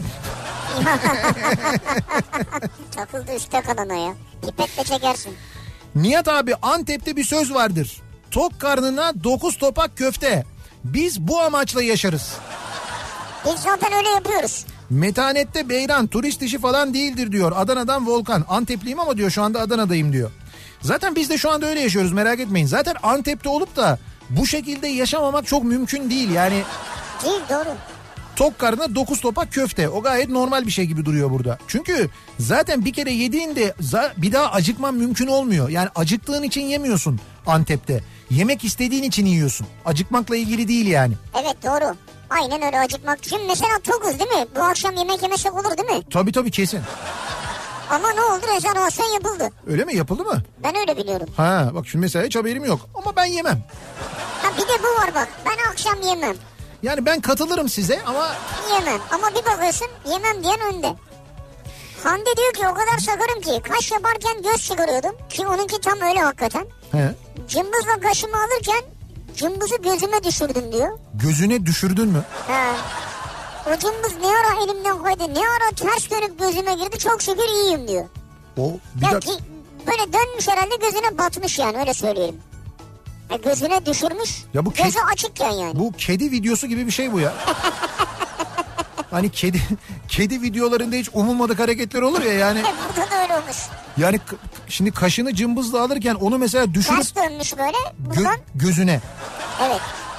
Takıldı üstte kalana ya. Pipetle çekersin. Nihat abi, Antep'te bir söz vardır. Tok karnına dokuz topak köfte. Biz bu amaçla yaşarız. Biz zaten öyle yapıyoruz. Metanette beyran, turist işi falan değildir diyor. Adana'dan Volkan. Antepliyim ama diyor şu anda Adana'dayım diyor. Zaten biz de şu anda öyle yaşıyoruz, merak etmeyin. Zaten Antep'te olup da bu şekilde yaşamamak çok mümkün değil yani. Değil, doğru. Tok karnına dokuz topak köfte, o gayet normal bir şey gibi duruyor burada. Çünkü zaten bir kere yediğinde bir daha acıkman mümkün olmuyor. Yani acıktığın için yemiyorsun Antep'te. Yemek istediğin için yiyorsun. Acıkmakla ilgili değil yani. Evet, doğru. Aynen öyle, acıkmak. Şimdi mesela tokuz değil mi? Bu akşam yemek yemesek olur değil mi? Tabii tabii, kesin. Ama ne oldu? Rezervasyon yapıldı. Öyle mi? Yapıldı mı? Ben öyle biliyorum. Ha bak, şimdi mesela hiç haberim yok. Ama ben yemem. Ha bir de bu var bak. Ben akşam yemem. Yani ben katılırım size ama... Yemem. Ama bir bakıyorsun yemem diyen önde. Hande diyor ki o kadar sakarım ki kaş yaparken göz çıkarıyordum. Ki onunki tam öyle hakikaten. He. Cımbızla kaşımı alırken cımbızı gözüme düşürdüm diyor. Gözüne düşürdün mü? He. O cımbız ne ara elimden kaydı, ne ara ters dönüp gözüme girdi, çok şükür iyiyim diyor. O bir ya dak- ki, böyle dönmüş herhalde, gözüne batmış yani, öyle söyleyelim. E gözüne düşürmüş, ya bu gözü ke- açıkken yani. Bu kedi videosu gibi bir şey bu ya. Hani kedi kedi videolarında hiç umulmadık hareketler olur ya yani. Burada da öyle olmuş. Yani k- şimdi kaşını cımbızla alırken onu mesela düşürüp... Ters dönmüş böyle buradan. Gö- gözüne. Evet.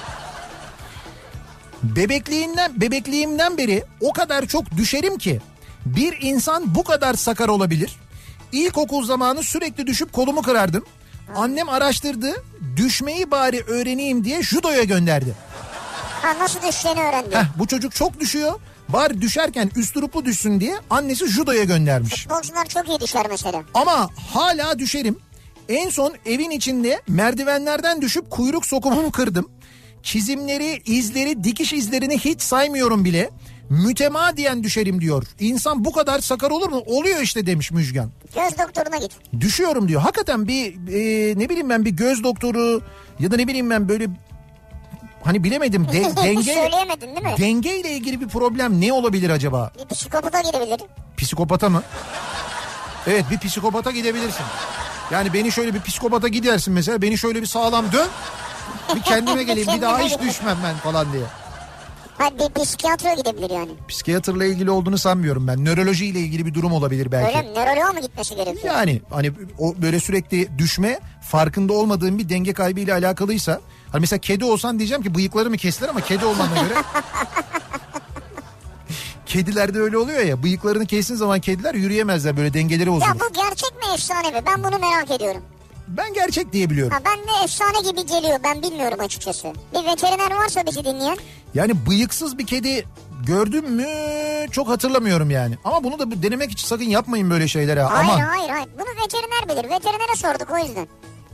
Bebekliğinden, bebekliğimden beri o kadar çok düşerim ki bir insan bu kadar sakar olabilir. İlkokul zamanı sürekli düşüp kolumu kırardım. Annem araştırdı, düşmeyi bari öğreneyim diye judoya gönderdi. Ha, nasıl düşeceğini öğrendi. Heh, bu çocuk çok düşüyor. Bari düşerken üstüruplu düşsün diye annesi judoya göndermiş. Futbolcular çok iyi düşer mesela. Ama hala düşerim. En son evin içinde merdivenlerden düşüp kuyruk sokumumu kırdım. Çizimleri, izleri, dikiş izlerini hiç saymıyorum bile. Mütemadiyen düşerim diyor. İnsan bu kadar sakar olur mu? Oluyor işte demiş Müjgan. Göz doktoruna git. Düşüyorum diyor. Hakikaten bir e, ne bileyim ben bir göz doktoru ya da ne bileyim ben böyle hani bilemedim de, denge söyleyemedin değil mi? Dengeyle ilgili bir problem ne olabilir acaba? Bir psikopata gidebilir. Psikopata mı? Evet, bir psikopata gidebilirsin. Yani beni şöyle bir psikopata gidersin mesela, beni şöyle bir sağlam dön. Bir kendime geleyim, bir daha hiç düşmem ben falan diye. Ha, bir psikiyatra gidebilir yani. Psikiyatrla ilgili olduğunu sanmıyorum ben. Nörolojiyle ilgili bir durum olabilir belki. Öyle mi? Nöroloğa mı gitmesi gerekiyor? Yani hani o böyle sürekli düşme, farkında olmadığın bir denge kaybıyla alakalıysa. Hani mesela kedi olsan diyeceğim ki bıyıklarımı kestiler ama kedi olmana göre. Kedilerde öyle oluyor ya, bıyıklarını kestiğin zaman kediler yürüyemezler, böyle dengeleri bozulur. Ya bu gerçek mi efsane mi? Ben bunu merak ediyorum. Ben gerçek diye biliyorum. Ha, ben de efsane gibi geliyor, ben bilmiyorum açıkçası. Bir veteriner varsa bizi dinleyen. Yani bıyıksız bir kedi gördüm mü çok hatırlamıyorum yani. Ama bunu da denemek için sakın yapmayın böyle şeyler ha. Hayır Aman. hayır hayır, bunu veteriner bilir. Veterinere sorduk o yüzden.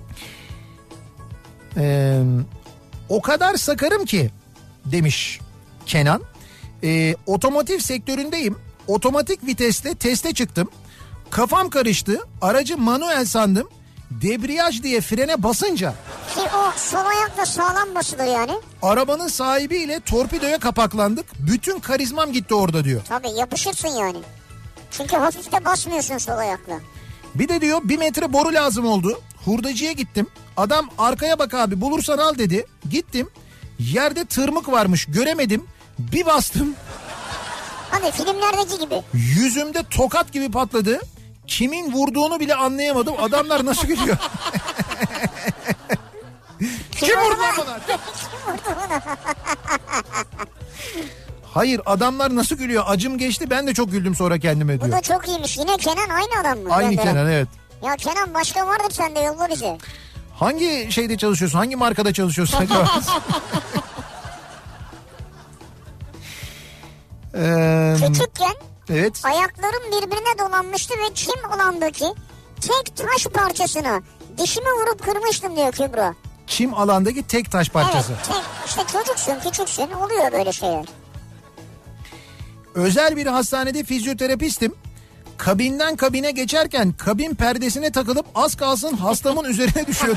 Ee, o kadar sakarım ki demiş Kenan. Ee, otomotiv sektöründeyim. Otomatik vitesle teste çıktım. Kafam karıştı. Aracı manuel sandım. Debriyaj diye frene basınca. Ki o sol ayakla sağlam basılır yani. Arabanın sahibiyle torpidoya kapaklandık. Bütün karizmam gitti orada diyor. Tabii yapışırsın yani. Çünkü hafif de basmıyorsun sol ayakla. Bir de diyor bir metre boru lazım oldu. Hurdacıya gittim. Adam arkaya bak abi bulursan al dedi. Gittim. Yerde tırmık varmış, göremedim. Bir bastım. Hani filmlerdeki gibi. Yüzümde tokat gibi patladı. Kimin vurduğunu bile anlayamadım. Adamlar nasıl gülüyor? Kim vurdu lan bana? Kim vurdu bana? Hayır, adamlar nasıl gülüyor? Acım geçti, ben de çok güldüm sonra kendime diyor. Bu da çok iyiymiş. Yine Kenan aynı adam mı? Aynı Gönderen. Kenan, evet. Ya Kenan başka vardır sende, yolla bize. Hangi şeyde çalışıyorsun? Hangi markada çalışıyorsun acaba? ee, Küçükken evet. ayaklarım birbirine dolanmıştı ve çim alandaki tek taş parçasını dişime vurup kırmıştım diyor Kübra. Çim alandaki tek taş parçası. Evet, tek, işte çocuksun, küçüksün, oluyor böyle şeyler. Özel bir hastanede fizyoterapistim. Kabinden kabine geçerken kabin perdesine takılıp az kalsın hastamın üzerine düşüyordu.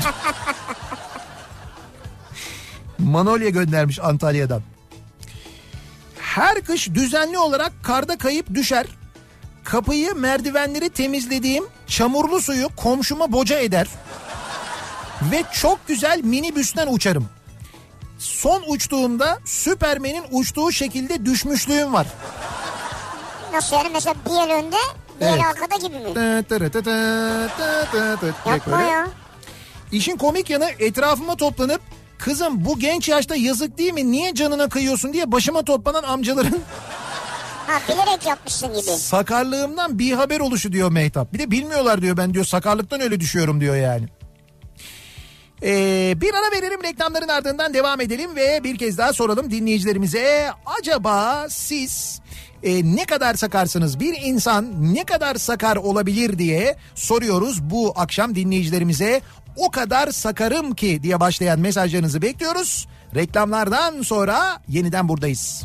Manolya göndermiş Antalya'dan. Her kış düzenli olarak karda kayıp düşer. Kapıyı, merdivenleri temizlediğim çamurlu suyu komşuma boca eder. Ve çok güzel minibüsten uçarım. Son uçtuğumda Süpermen'in uçtuğu şekilde düşmüşlüğüm var. Nasıl yani, mesela bir el önde bir Evet. el arkada gibi mi? Tı tı tı tı tı tı tı. Yapma Böyle. ya. İşin komik yanı etrafıma toplanıp kızım bu genç yaşta yazık değil mi, niye canına kıyıyorsun diye başıma toplanan amcaların Ha, bilerek yapmışsın gibi. sakarlığımdan bir haber oluşu diyor Mehtap. Bir de bilmiyorlar diyor, ben diyor sakarlıktan öyle düşüyorum diyor yani. Ee, bir ara verelim, reklamların ardından devam edelim ve bir kez daha soralım dinleyicilerimize. Acaba siz e, ne kadar sakarsınız, bir insan ne kadar sakar olabilir diye soruyoruz bu akşam dinleyicilerimize. O kadar sakarım ki diye başlayan mesajlarınızı bekliyoruz. Reklamlardan sonra yeniden buradayız.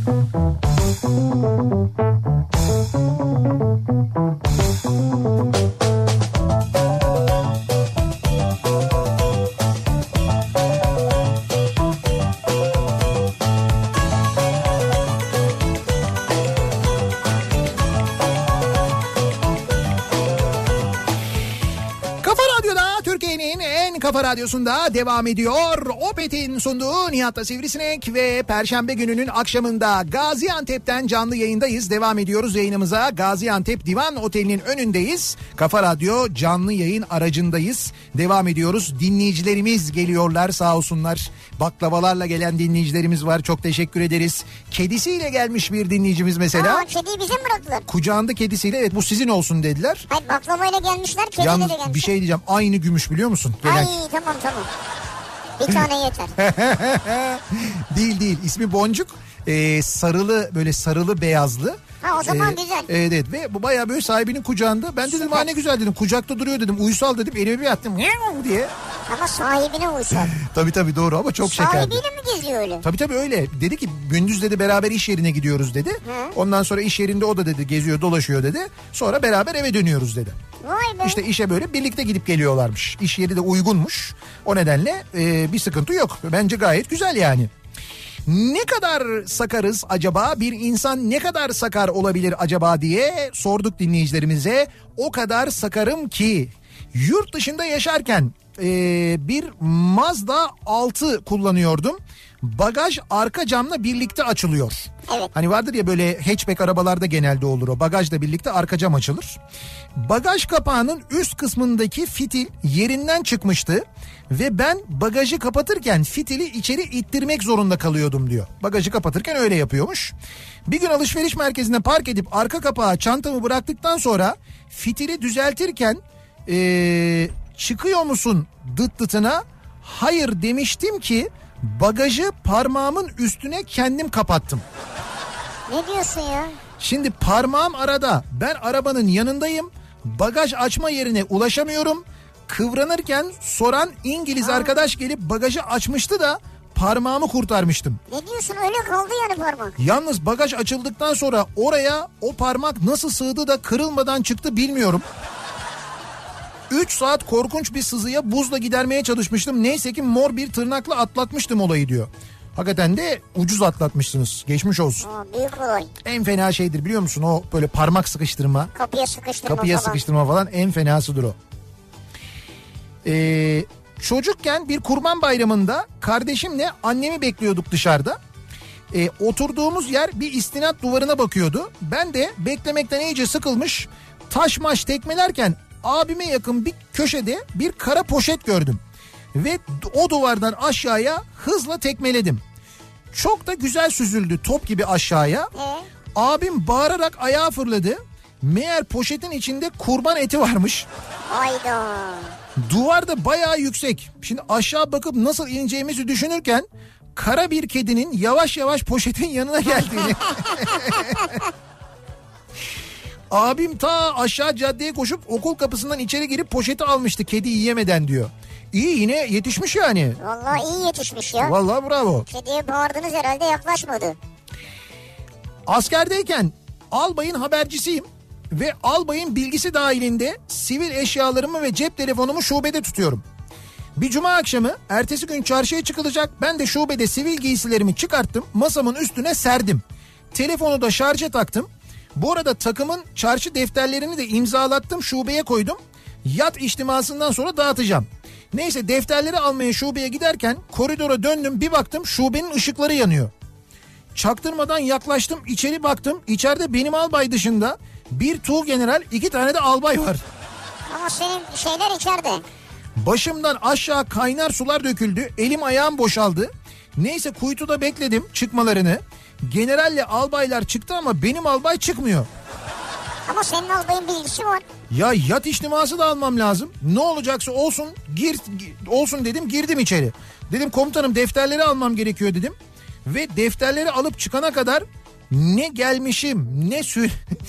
Kafa Radyosu'nda devam ediyor. Opet'in sunduğu Nihat'la Sivrisinek ve Perşembe gününün akşamında Gaziantep'ten canlı yayındayız. Devam ediyoruz yayınımıza. Gaziantep Divan Oteli'nin önündeyiz. Kafa Radyo canlı yayın aracındayız. Devam ediyoruz. Dinleyicilerimiz geliyorlar sağ olsunlar. Baklavalarla gelen dinleyicilerimiz var. Çok teşekkür ederiz. Kedisiyle gelmiş bir dinleyicimiz mesela. Aa, kediyi bize mi bıraktılar? Kucağında kedisiyle, evet bu sizin olsun dediler. Hayır, baklavayla gelmişler, kediyle Yalnız de gelmişler. bir şey diyeceğim, aynı gümüş biliyor musun? Gelen... Ay tamam tamam. Bir tane yeter. Değil değil, ismi Boncuk. Ee, sarılı böyle sarılı beyazlı. Ha o zaman ee, güzel. Evet evet ve bu bayağı böyle sahibinin kucağında. Ben dedim ha ne güzel dedim, kucakta duruyor dedim, uysal dedim, elimi bir attım diye. Ama sahibine uysal. Tabii tabii doğru ama çok şekerdi. Sahibiyle mi geziyor öyle? Tabii tabii öyle. Dedi ki gündüz dedi beraber iş yerine gidiyoruz dedi. Hı. Ondan sonra iş yerinde o da dedi geziyor dolaşıyor dedi. Sonra beraber eve dönüyoruz dedi. Vay be. İşte işe böyle birlikte gidip geliyorlarmış. İş yeri de uygunmuş. O nedenle e, bir sıkıntı yok. Bence gayet güzel yani. Ne kadar sakarız acaba? Bir insan ne kadar sakar olabilir acaba diye sorduk dinleyicilerimize. O kadar sakarım ki yurt dışında yaşarken e, bir Mazda altı kullanıyordum. Bagaj arka camla birlikte açılıyor. Evet. Hani vardır ya böyle hatchback arabalarda genelde olur o. Bagajla birlikte arka cam açılır. Bagaj kapağının üst kısmındaki fitil yerinden çıkmıştı. Ve ben bagajı kapatırken fitili içeri ittirmek zorunda kalıyordum diyor. Bagajı kapatırken öyle yapıyormuş. Bir gün alışveriş merkezine park edip arka kapağa çantamı bıraktıktan sonra fitili düzeltirken ee, çıkıyor musun dıt dıtına? Hayır demiştim ki bagajı parmağımın üstüne kendim kapattım. Ne diyorsun ya? Şimdi parmağım arada, ben arabanın yanındayım, bagaj açma yerine ulaşamıyorum. Kıvranırken soran İngiliz Aa. arkadaş gelip bagajı açmıştı da parmağımı kurtarmıştım. Ne diyorsun, öyle kaldı yani parmak. Yalnız bagaj açıldıktan sonra oraya o parmak nasıl sığdı da kırılmadan çıktı bilmiyorum. üç saat korkunç bir sızıya buzla gidermeye çalışmıştım. Neyse ki mor bir tırnakla atlatmıştım olayı diyor. Hakikaten de ucuz atlatmışsınız. Geçmiş olsun. Aa, büyük olay. En fena şeydir biliyor musun? O böyle parmak sıkıştırma. Kapıya sıkıştırma Kapıya falan. sıkıştırma falan en fenasıdır o. Ee, çocukken bir kurban bayramında kardeşimle annemi bekliyorduk dışarıda. Ee, oturduğumuz yer bir istinat duvarına bakıyordu. Ben de beklemekten iyice sıkılmış taş maş tekmelerken abime yakın bir köşede bir kara poşet gördüm. Ve o duvardan aşağıya hızla tekmeledim. Çok da güzel süzüldü top gibi aşağıya. Ee? Abim bağırarak ayağa fırladı. Meğer poşetin içinde kurban eti varmış. Hayda. Duvar da bayağı yüksek. Şimdi aşağı bakıp nasıl ineceğimizi düşünürken kara bir kedinin yavaş yavaş poşetin yanına geldiğini. Abim ta aşağı caddeye koşup okul kapısından içeri girip poşeti almıştı kedi yiyemeden diyor. İyi yine yetişmiş yani. Vallahi iyi yetişmiş ya. Vallahi bravo. Kediye bağırdınız herhalde, yaklaşmadı. Askerdeyken albayın habercisiyim ve albayın bilgisi dahilinde sivil eşyalarımı ve cep telefonumu şubede tutuyorum. Bir cuma akşamı ertesi gün çarşıya çıkılacak, ben de şubede sivil giysilerimi çıkarttım, masamın üstüne serdim. Telefonu da şarja taktım. Bu arada takımın çarşı defterlerini de imzalattım, şubeye koydum. Yat içtimasından sonra dağıtacağım. Neyse defterleri almaya şubeye giderken koridora döndüm, bir baktım şubenin ışıkları yanıyor. Çaktırmadan yaklaştım, içeri baktım. İçeride benim albay dışında bir tuğgeneral, iki tane de albay var. Ama senin şeyler içeride. Başımdan aşağı kaynar sular döküldü. Elim ayağım boşaldı. Neyse kuytuda bekledim çıkmalarını. Generalle albaylar çıktı ama benim albay çıkmıyor. Ama senin albayın bilgisi var. Ya yat içtiması da almam lazım. Ne olacaksa olsun, gir olsun dedim, girdim içeri. Dedim komutanım defterleri almam gerekiyor dedim. Ve defterleri alıp çıkana kadar ne gelmişim ne sür...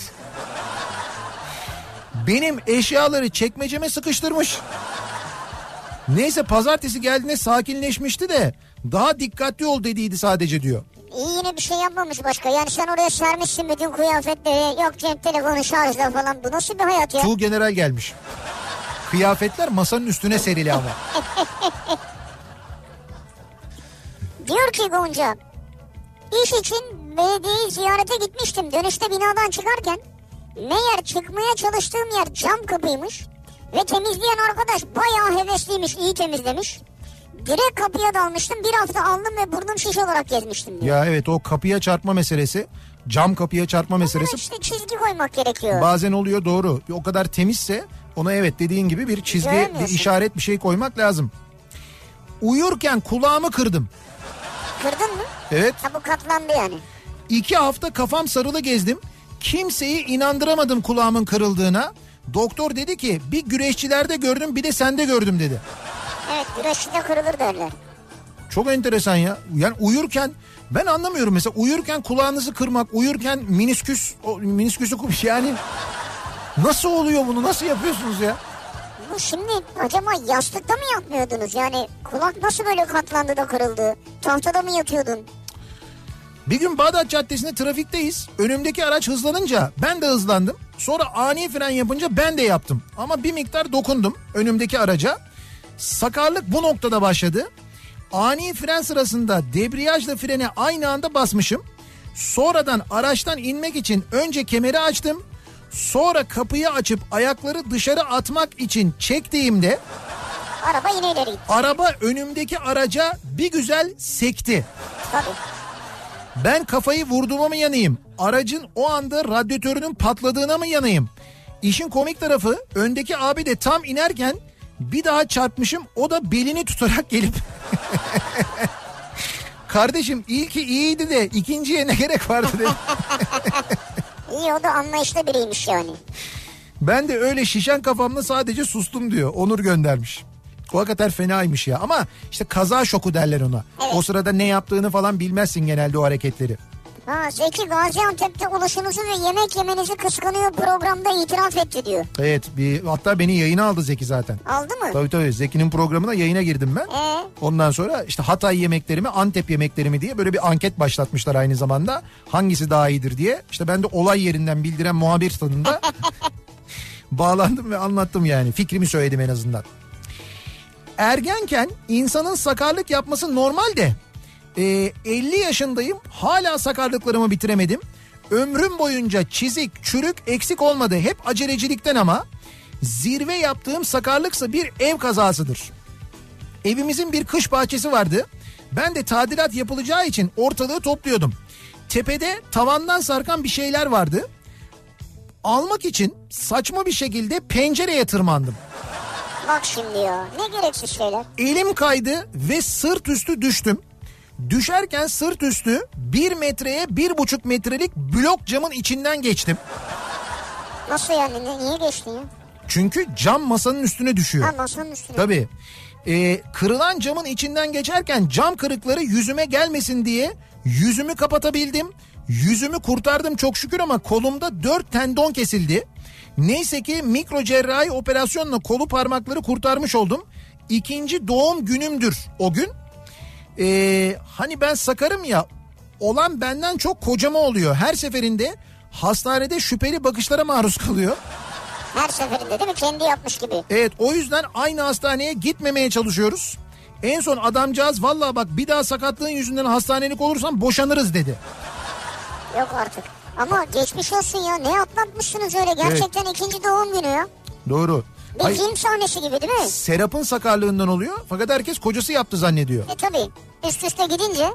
Benim eşyaları çekmeceme sıkıştırmış. Neyse pazartesi geldiğinde sakinleşmişti de daha dikkatli ol dediydi sadece diyor. İyi, yine bir şey yapmamış başka. Yani sen oraya sermişsin bütün kıyafetleri. Yok cep telefonu şarjda falan. Bu nasıl bir hayat ya? Tuğ general gelmiş. Kıyafetler masanın üstüne serili ama. Diyor ki Gonca, iş için belediyeyi ziyarete gitmiştim. Dönüşte binadan çıkarken meğer çıkmaya çalıştığım yer cam kapıymış. Ve temizleyen arkadaş bayağı hevesliymiş, iyi temizlemiş. Direkt kapıya dalmıştım, bir hafta aldım ve burnum şiş olarak gezmiştim diyor. Ya evet, o kapıya çarpma meselesi, cam kapıya çarpma meselesi. Ama işte çizgi koymak gerekiyor. Bazen oluyor, doğru. O kadar temizse ona evet dediğin gibi bir çizgi, bir işaret, bir şey koymak lazım. Uyurken kulağımı kırdım. Kırdın mı? Evet. Ha, bu katlandı yani. İki hafta kafam sarılı gezdim. Kimseyi inandıramadım kulağımın kırıldığına. Doktor dedi ki bir güreşçilerde gördüm, bir de sende gördüm dedi. Evet, güreşçide kırılır derler. Çok enteresan ya. Yani uyurken ben anlamıyorum mesela uyurken kulağınızı kırmak, uyurken minisküs o, minisküsü yani nasıl oluyor bunu? Nasıl yapıyorsunuz ya? Bu şimdi acaba yastıkta mı yatmıyordunuz? Yani kulak nasıl böyle katlandı da kırıldı? Tahtada mı yatıyordun? Bir gün Bağdat Caddesi'nde trafikteyiz. Önümdeki araç hızlanınca ben de hızlandım. Sonra ani fren yapınca ben de yaptım. Ama bir miktar dokundum önümdeki araca. Sakarlık bu noktada başladı. Ani fren sırasında debriyajla frene aynı anda basmışım. Sonradan araçtan inmek için önce kemeri açtım. Sonra kapıyı açıp ayakları dışarı atmak için çektiğimde... Araba yine ileri gitti. Araba önümdeki araca bir güzel sekti. Tabii. Ben kafayı vurduğuma mı yanayım? Aracın o anda radyatörünün patladığına mı yanayım? İşin komik tarafı öndeki abi de tam inerken bir daha çarpmışım. O da belini tutarak gelip... Kardeşim ilki iyiydi de ikinciye ne gerek vardı dedi. İyi, o da anlayışlı biriymiş yani. Ben de öyle şişen kafamla sadece sustum diyor. Onur göndermiş. O hakikaten fenaymış ya. Ama işte kaza şoku derler ona. Evet. O sırada ne yaptığını falan bilmezsin genelde o hareketleri. Ha, Zeki Gaziantep'te ulaşınızı ve yemek yemenizi kıskanıyor, programda itiraf etti diyor. Evet, bir, hatta beni yayına aldı Zeki zaten. Aldı mı? Tabii tabii, Zeki'nin programına yayına girdim ben. Ee? Ondan sonra işte Hatay yemekleri mi Antep yemekleri mi diye böyle bir anket başlatmışlar aynı zamanda. Hangisi daha iyidir diye. İşte ben de olay yerinden bildiren muhabir tadında bağlandım ve anlattım yani. Fikrimi söyledim en azından. Ergenken insanın sakarlık yapması normal de e, elli yaşındayım, hala sakarlıklarımı bitiremedim. Ömrüm boyunca çizik, çürük eksik olmadı, hep acelecilikten ama zirve yaptığım sakarlıksa bir ev kazasıdır. Evimizin bir kış bahçesi vardı. Ben de tadilat yapılacağı için ortalığı topluyordum. Tepede tavandan sarkan bir şeyler vardı. Almak için saçma bir şekilde pencereye tırmandım. Bak şimdi ya, ne gereksiz şeyler. Elim kaydı ve sırt üstü düştüm. Düşerken sırt üstü bir metreye bir buçuk metrelik blok camın içinden geçtim. Nasıl yani, niye geçtin ya? Çünkü cam masanın üstüne düşüyor. Ha, masanın üstüne. Tabii. Ee, kırılan camın içinden geçerken cam kırıkları yüzüme gelmesin diye yüzümü kapatabildim. Yüzümü kurtardım çok şükür ama kolumda dört tendon kesildi. Neyse ki mikro cerrahi operasyonla kolu parmakları kurtarmış oldum. İkinci doğum günümdür o gün. Ee, hani ben sakarım ya, olan benden çok kocama oluyor. Her seferinde hastanede şüpheli bakışlara maruz kalıyor. Her seferinde değil mi? Kendi yapmış gibi. Evet, o yüzden aynı hastaneye gitmemeye çalışıyoruz. En son adamcağız vallahi bak bir daha sakatlığın yüzünden hastanelik olursan boşanırız dedi. Yok artık. Ama geçmiş olsun ya, ne atlatmışsınız öyle gerçekten, evet. İkinci doğum günü ya. Doğru. Bir Hayır, film sahnesi gibi değil mi? Serap'ın sakarlığından oluyor fakat herkes kocası yaptı zannediyor. E tabii üst üste gidince.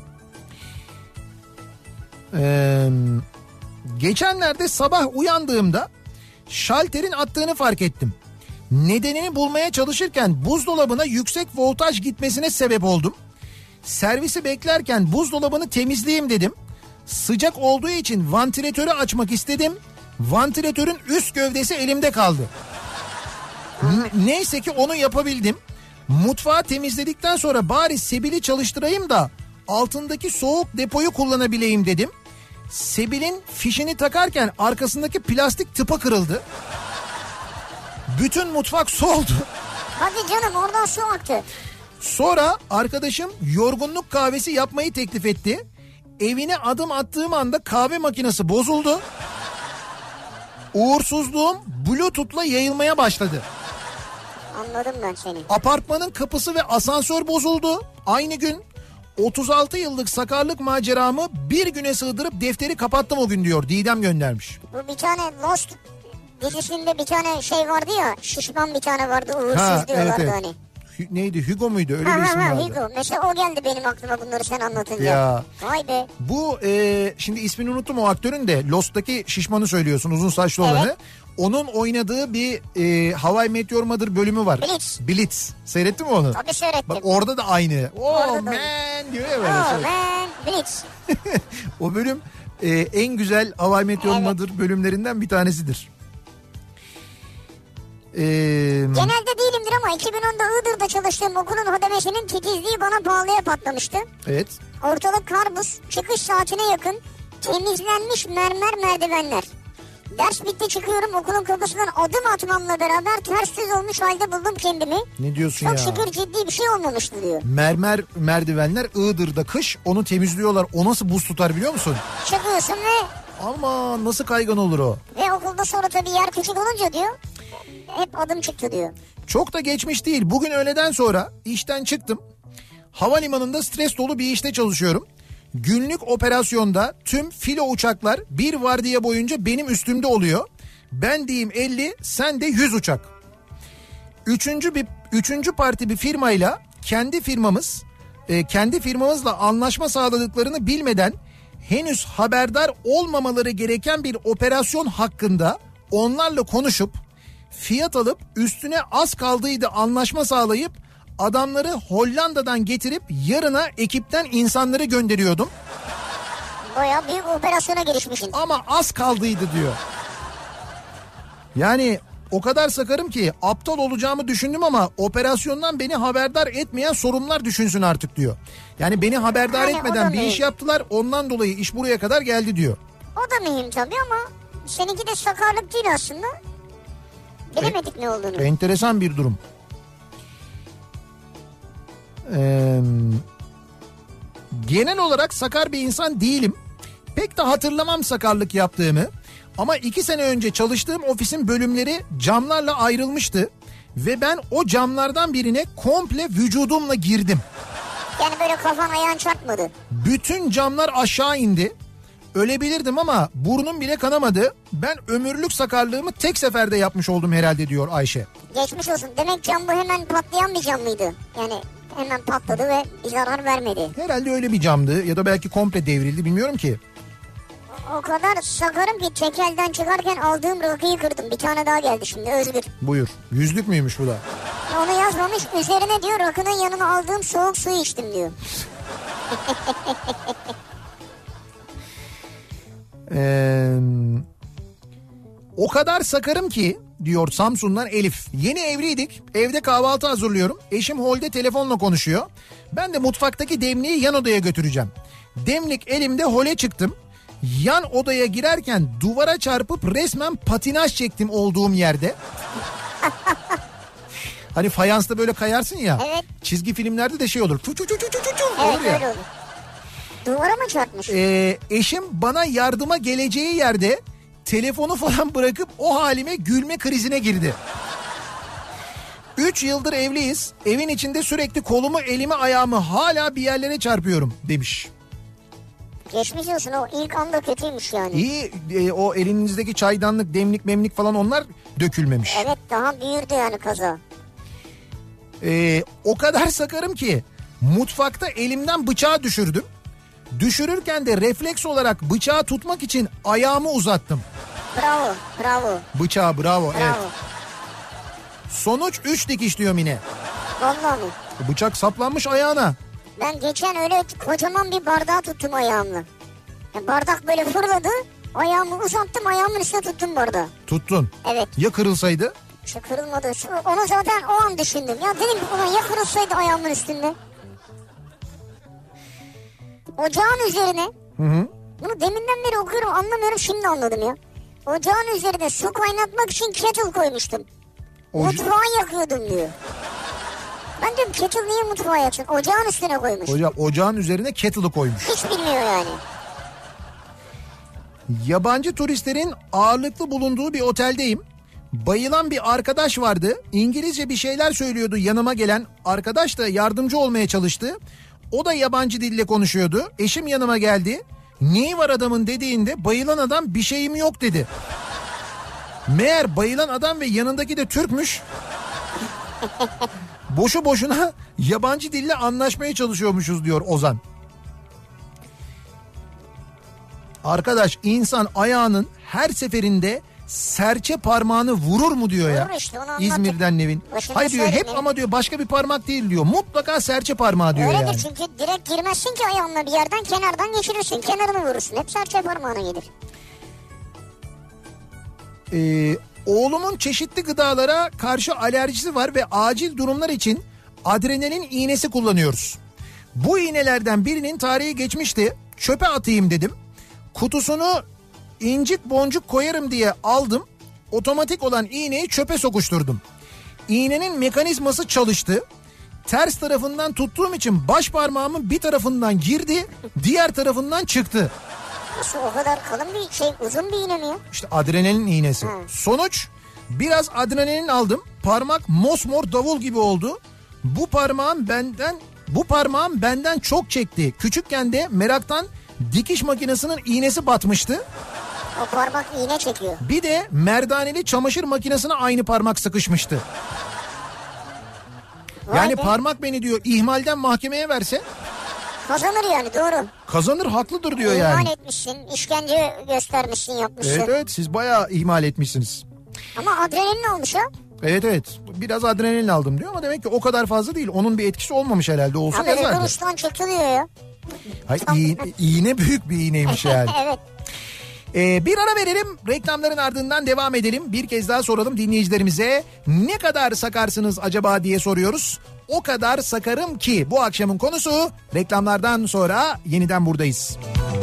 Ee, geçenlerde sabah uyandığımda şalterin attığını fark ettim. Nedenini bulmaya çalışırken buzdolabına yüksek voltaj gitmesine sebep oldum. Servisi beklerken buzdolabını temizleyeyim dedim. Sıcak olduğu için vantilatörü açmak istedim. Vantilatörün üst gövdesi elimde kaldı. N- neyse ki onu yapabildim. Mutfağı temizledikten sonra bari sebili çalıştırayım da altındaki soğuk depoyu kullanabileyim dedim. Sebilin fişini takarken arkasındaki plastik tıpa kırıldı. Bütün mutfak su oldu. Hadi canım, oradan su aktı. Sonra arkadaşım yorgunluk kahvesi yapmayı teklif etti. Evine adım attığım anda kahve makinesi bozuldu. Uğursuzluğum Bluetooth'la yayılmaya başladı. Anladım ben seni. Apartmanın kapısı ve asansör bozuldu. Aynı gün otuz altı yıllık sakarlık maceramı bir güne sığdırıp defteri kapattım o gün diyor. Didem göndermiş. Bu bir tane Lost dizisinde bir tane şey vardı ya, şişman bir tane vardı, uğursuz ha, diyorlardı evet, evet. Hani. Neydi, Hugo muydu, öyle ha, bir isim ha, vardı. Hugo. Mesela o geldi benim aklıma bunları sen anlatınca. Ya. Vay be. Bu e, şimdi ismini unuttum o aktörün de, Lost'taki şişmanı söylüyorsun, uzun saçlı olanı. Evet. Onun oynadığı bir e, How I Met Your Mother bölümü var. Blitz. Blitz. Seyrettin mi onu? Tabii seyrettim. Bak orada da aynı. Oh orada man da. diyor ya böyle. Oh şey. man Blitz. O bölüm e, en güzel How I Met Your evet. Mother bölümlerinden bir tanesidir. Ee, Genelde değilimdir ama iki bin onda Iğdır'da çalıştığım okulun hademesinin titizliği bana pahalıya patlamıştı. Evet. Ortalık karbuz, çıkış saatine yakın temizlenmiş mermer merdivenler. Ders bitti, çıkıyorum, okulun kapısından adım atmamla beraber ters düz olmuş halde buldum kendimi. Ne diyorsun Çok ya? şükür ciddi bir şey olmamıştı diyor. Mermer merdivenler Iğdır'da kış, onu temizliyorlar. O nasıl buz tutar biliyor musun? Çıkıyorsun ve... Ama nasıl kaygan olur o? Ve okulda sonra tabii yer küçük olunca diyor, hep adım çıktı diyor. Çok da geçmiş değil. Bugün öğleden sonra işten çıktım. Havalimanında stres dolu bir işte çalışıyorum. Günlük operasyonda tüm filo uçaklar bir vardiya boyunca benim üstümde oluyor. Ben diyeyim elli, sen de yüz uçak. Üçüncü bir üçüncü parti bir firmayla kendi firmamız, e, kendi firmamızla anlaşma sağladıklarını bilmeden henüz haberdar olmamaları gereken bir operasyon hakkında onlarla konuşup fiyat alıp üstüne az kaldıydı anlaşma sağlayıp adamları Hollanda'dan getirip yarına ekipten insanları gönderiyordum. Bayağı büyük operasyona girişmişsin. Ama az kaldıydı diyor. Yani o kadar sakarım ki aptal olacağımı düşündüm ama operasyondan beni haberdar etmeyen sorumlular düşünsün artık diyor. Yani beni haberdar yani etmeden bir iş yaptılar, ondan dolayı iş buraya kadar geldi diyor. O da mühim tabii ama seninki de sakarlık değil aslında. Bilemedik e, ne olduğunu. Enteresan bir durum. Ee, genel olarak sakar bir insan değilim. Pek de hatırlamam sakarlık yaptığımı. Ama iki sene önce çalıştığım ofisin bölümleri camlarla ayrılmıştı. Ve ben o camlardan birine komple vücudumla girdim. Yani böyle kafan ayağın çarpmadı. Bütün camlar aşağı indi. Ölebilirdim ama burnum bile kanamadı. Ben ömürlük sakarlığımı tek seferde yapmış oldum herhalde diyor Ayşe. Geçmiş olsun. Demek cam bu hemen patlayan bir cam mıydı? Yani hemen patladı ve zarar vermedi. Herhalde öyle bir camdı ya da belki komple devrildi, bilmiyorum ki. O kadar sakarım ki tekelden çıkarken aldığım rakıyı kırdım. Bir tane daha geldi şimdi, Özgür. Buyur. Yüzlük müymüş bu da? Onu yazmamış. Üzerine diyor rakının yanına aldığım soğuk suyu içtim diyor. Ee, o kadar sakarım ki diyor Samsun'dan Elif. Yeni evliydik. Evde kahvaltı hazırlıyorum. Eşim holde telefonla konuşuyor. Ben de mutfaktaki demliği yan odaya götüreceğim. Demlik elimde, hole çıktım. Yan odaya girerken duvara çarpıp resmen patinaj çektim olduğum yerde. Hani fayansta böyle kayarsın ya. Evet. Çizgi filmlerde de şey olur. Çu çu çu çu çu çu evet, olur ya. Öyle olur. Duvara mı çarpmış? Ee, eşim bana yardıma geleceği yerde telefonu falan bırakıp o halime gülme krizine girdi. Üç yıldır evliyiz. Evin içinde sürekli kolumu, elimi, ayağımı hala bir yerlere çarpıyorum demiş. Geçmiş olsun, o ilk anda kötüymüş yani. İyi e, o elinizdeki çaydanlık, demlik, memlik falan onlar dökülmemiş. Evet, daha büyürdü yani kaza. Ee, o kadar sakarım ki mutfakta elimden bıçağı düşürdüm. Düşürürken de refleks olarak bıçağı tutmak için ayağımı uzattım. Bravo, bravo. Bıçağı bravo, bravo. evet. Sonuç üç dikiş diyor Mine. Vallahi mi? Bıçak saplanmış ayağına. Ben geçen öyle kocaman bir bardağı tuttum ayağımla. Yani bardak böyle fırladı. Ayağımı uzattım, ayağımın üstüne tuttum bardağı. Tuttun. Evet. Ya kırılsaydı? Şu kırılmadı. Şu, onu zaten o an düşündüm. Ya dedim ulan ya kırılsaydı ayağımın üstünde. Ocağın üzerine. Hı hı. Bunu deminden beri okuyorum, anlamıyorum, şimdi anladım ya. Ocağın üzerine su kaynatmak için kettle koymuştum. Oca... Mutfağı yakıyordum diyor. Ben diyorum kettle niye mutfağı yaksın? Ocağın üstüne koymuş. Hocam ocağın üzerine kettle'ı koymuş. Hiç bilmiyor yani. Yabancı turistlerin ağırlıklı bulunduğu bir oteldeyim. Bayılan bir arkadaş vardı. İngilizce bir şeyler söylüyordu yanıma gelen. Arkadaş da yardımcı olmaya çalıştı. O da yabancı dille konuşuyordu. Eşim yanıma geldi. Neyi var adamın dediğinde bayılan adam bir şeyim yok dedi. Meğer bayılan adam ve yanındaki de Türkmüş. Boşu boşuna yabancı dille anlaşmaya çalışıyormuşuz diyor Ozan. Arkadaş, insan ayağının her seferinde serçe parmağını vurur mu diyor ya. Vurur işte, İzmir'den Nevin. Hayır diyor hep mi? Ama diyor başka bir parmak değil diyor. Mutlaka serçe parmağı diyor. Öyledir yani. çünkü direkt girmezsin ki ayağınla bir yerden, kenardan geçirirsin. Kenarını vurursun. Hep serçe parmağına gelir. Ee, Oğlumun çeşitli gıdalara karşı alerjisi var ve acil durumlar için adrenalin iğnesi kullanıyoruz. Bu iğnelerden birinin tarihi geçmişti. Çöpe atayım dedim. Kutusunu incik boncuk koyarım diye aldım. Otomatik olan iğneyi çöpe sokuşturdum. İğnenin mekanizması çalıştı. Ters tarafından tuttuğum için baş parmağımın bir tarafından girdi, diğer tarafından çıktı. Nasıl, o kadar kalın bir şey, uzun bir iğne mi ya? İşte adrenalin iğnesi. Hmm. Sonuç, biraz adrenalin aldım. Parmak mosmor davul gibi oldu. Bu parmağım benden bu parmağım benden çok çekti. Küçükken de meraktan dikiş makinesinin iğnesi batmıştı. O parmak iğne çekiyor. Bir de merdaneli çamaşır makinesine aynı parmak sıkışmıştı. Vay yani be. Parmak beni diyor ihmalden mahkemeye verse. Kazanır yani, doğru. Kazanır, haklıdır diyor ihmal yani. İhmal etmişsin, işkence göstermişsin, yapmışsın. Evet evet, siz bayağı ihmal etmişsiniz. Ama adrenalin olmuş ha. Evet evet, biraz adrenalin aldım diyor ama demek ki o kadar fazla değil. Onun bir etkisi olmamış herhalde, olsa abi yazardı. Abi uçtan çekiliyor ya. Hayır, iğne, iğne büyük bir iğneymiş yani. Evet. Ee, bir ara verelim, reklamların ardından devam edelim. Bir kez daha soralım dinleyicilerimize, ne kadar sakarsınız acaba diye soruyoruz. O kadar sakarım ki bu akşamın konusu. Reklamlardan sonra yeniden buradayız.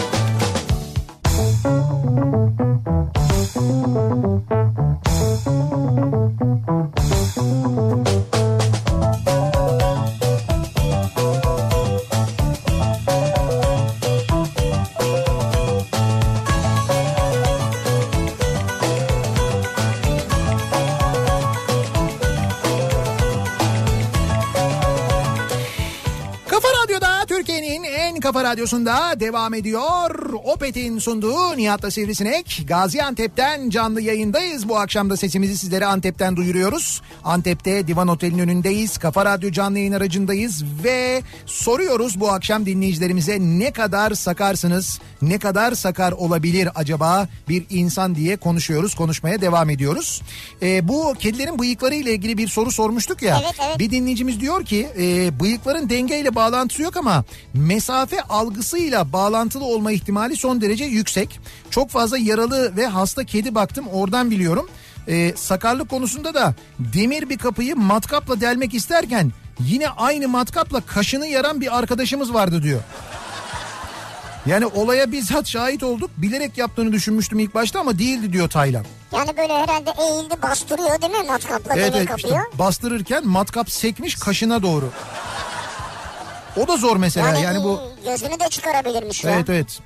Kafa Radyosu'nda devam ediyor. Opet'in sunduğu Nihat'la Sivrisinek. Gaziantep'ten canlı yayındayız. Bu akşam da sesimizi sizlere Antep'ten duyuruyoruz. Antep'te Divan Otel'in önündeyiz. Kafa Radyo canlı yayın aracındayız ve soruyoruz bu akşam dinleyicilerimize, ne kadar sakarsınız? Ne kadar sakar olabilir acaba bir insan diye konuşuyoruz. Konuşmaya devam ediyoruz. Ee, bu kedilerin bıyıkları ile ilgili bir soru sormuştuk ya. Evet, evet. Bir dinleyicimiz diyor ki e, bıyıkların dengeyle bağlantısı yok ama mesafe algısıyla bağlantılı olma ihtimali son derece yüksek. Çok fazla yaralı ve hasta kedi baktım, oradan biliyorum. Ee, sakarlık konusunda da demir bir kapıyı matkapla delmek isterken yine aynı matkapla kaşını yaran bir arkadaşımız vardı diyor. Yani olaya bizzat şahit olduk. Bilerek yaptığını düşünmüştüm ilk başta ama değildi diyor Taylan. Yani böyle herhalde eğildi, bastırıyor değil mi matkapla evet, demir evet, kapıyı? işte bastırırken matkap sekmiş kaşına doğru. O da zor mesela. Yani, yani bu gözünü de çıkarabilirmiş ya. Evet evet.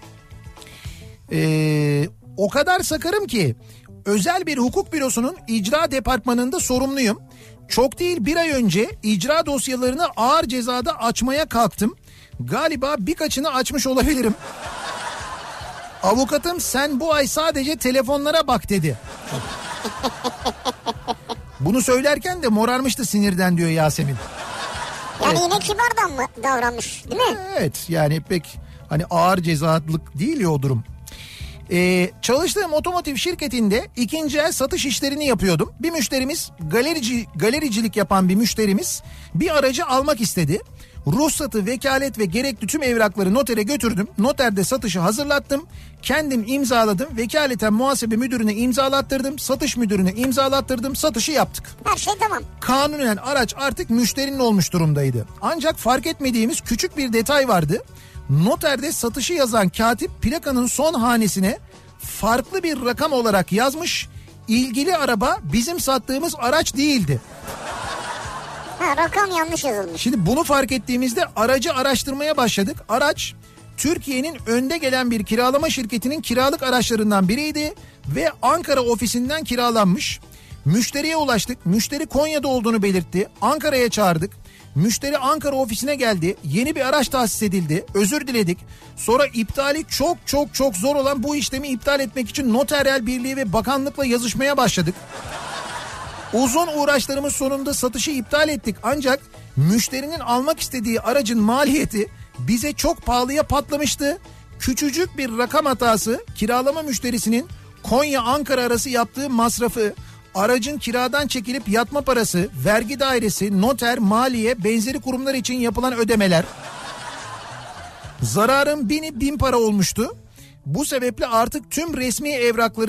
Ee, o kadar sakarım ki özel bir hukuk bürosunun icra departmanında sorumluyum. Çok değil bir ay önce icra dosyalarını ağır cezada açmaya kalktım. Galiba birkaçını açmış olabilirim. Avukatım sen bu ay sadece telefonlara bak dedi. Bunu söylerken de morarmıştı sinirden diyor Yasemin. Yani evet. Yine kibardan mı davranmış değil mi? Evet yani pek hani ağır cezalık değil ya o durum. Ee, çalıştığım otomotiv şirketinde ikinci el satış işlerini yapıyordum. Bir müşterimiz galerici, galericilik yapan bir müşterimiz bir aracı almak istedi. Ruhsatı, vekalet ve gerekli tüm evrakları notere götürdüm. Noterde satışı hazırlattım. Kendim imzaladım. Vekaleten muhasebe müdürüne imzalattırdım. Satış müdürüne imzalattırdım. Satışı yaptık. Her şey tamam. Kanunen araç artık müşterinin olmuş durumdaydı. Ancak fark etmediğimiz küçük bir detay vardı. Noterde satışı yazan katip plakanın son hanesine farklı bir rakam olarak yazmış. İlgili araba bizim sattığımız araç değildi. Ha, rakam yanlış yazılmış. Şimdi bunu fark ettiğimizde aracı araştırmaya başladık. Araç Türkiye'nin önde gelen bir kiralama şirketinin kiralık araçlarından biriydi ve Ankara ofisinden kiralanmış. Müşteriye ulaştık. Müşteri Konya'da olduğunu belirtti. Ankara'ya çağırdık. Müşteri Ankara ofisine geldi. Yeni bir araç tahsis edildi. Özür diledik. Sonra iptali çok çok çok zor olan bu işlemi iptal etmek için noteriyel birliği ve bakanlıkla yazışmaya başladık. Uzun uğraşlarımız sonunda satışı iptal ettik. Ancak müşterinin almak istediği aracın maliyeti bize çok pahalıya patlamıştı. Küçücük bir rakam hatası kiralama müşterisinin Konya-Ankara arası yaptığı masrafı, aracın kiradan çekilip yatma parası, vergi dairesi, noter, maliye, benzeri kurumlar için yapılan ödemeler. Zararın bini bin para olmuştu. Bu sebeple artık tüm resmi evrakları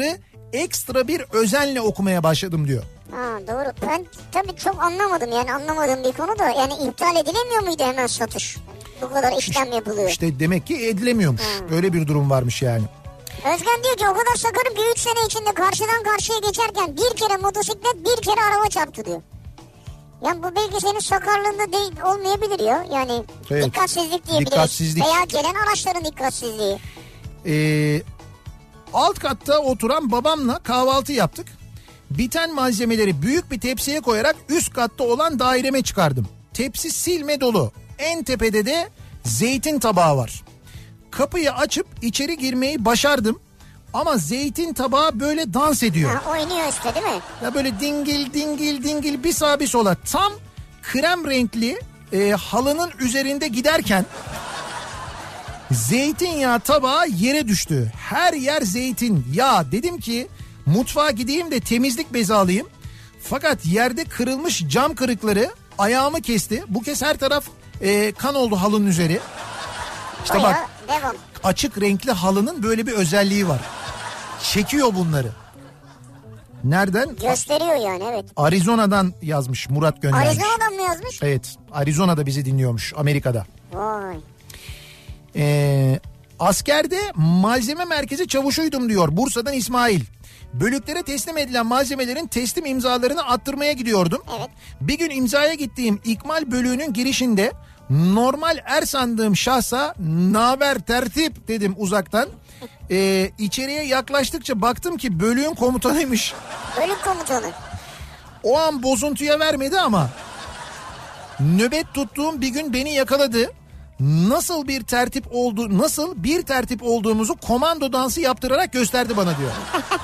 ekstra bir özenle okumaya başladım diyor. Ha doğru. Ben tabii çok anlamadım yani anlamadığım bir konu da yani iptal edilemiyor muydu hemen satış? Bu kadar işlem yapılıyor. İşte demek ki edilemiyormuş. Hmm. Öyle bir durum varmış yani. Özgen diyor ki o kadar sakarım ki üç sene içinde karşıdan karşıya geçerken bir kere motosiklet bir kere araba çarptı diyor. Yani bu belki senin sakarlığında değil olmayabilir ya. Yani evet. Dikkatsizlik diyebiliriz. Dikkatsizlik. Veya gelen araçların dikkatsizliği. Ee, alt katta oturan babamla kahvaltı yaptık. Biten malzemeleri büyük bir tepsiye koyarak üst katta olan daireme çıkardım. Tepsi silme dolu. En tepede de zeytin tabağı var. Kapıyı açıp içeri girmeyi başardım. Ama zeytin tabağı böyle dans ediyor. Ha, oynuyor işte değil mi? Ya böyle dingil dingil dingil bir sağa bir sola. Tam krem renkli e, halının üzerinde giderken zeytinyağı tabağı yere düştü. Her yer zeytin. Ya dedim ki mutfağa gideyim de temizlik bezi alayım. Fakat yerde kırılmış cam kırıkları ayağımı kesti. Bu kez her taraf e, kan oldu halının üzeri. İşte bak devam. Açık renkli halının böyle bir özelliği var. Çekiyor bunları. Nereden? Gösteriyor yani evet. Arizona'dan yazmış Murat göndermiş. Arizona'dan mı yazmış? Evet. Arizona'da bizi dinliyormuş Amerika'da. Vay. Ee, askerde malzeme merkezi çavuşuydum diyor Bursa'dan İsmail. Bölüklere teslim edilen malzemelerin teslim imzalarını attırmaya gidiyordum. Evet. Bir gün imzaya gittiğim ikmal bölüğünün girişinde normal er sandığım şahsa naber tertip dedim uzaktan. Ee, içeriye yaklaştıkça baktım ki bölüğün komutanıymış. Bölük komutanı. O an bozuntuya vermedi ama nöbet tuttuğum bir gün beni yakaladı. Nasıl bir tertip oldu, nasıl bir tertip olduğumuzu komando dansı yaptırarak gösterdi bana diyor.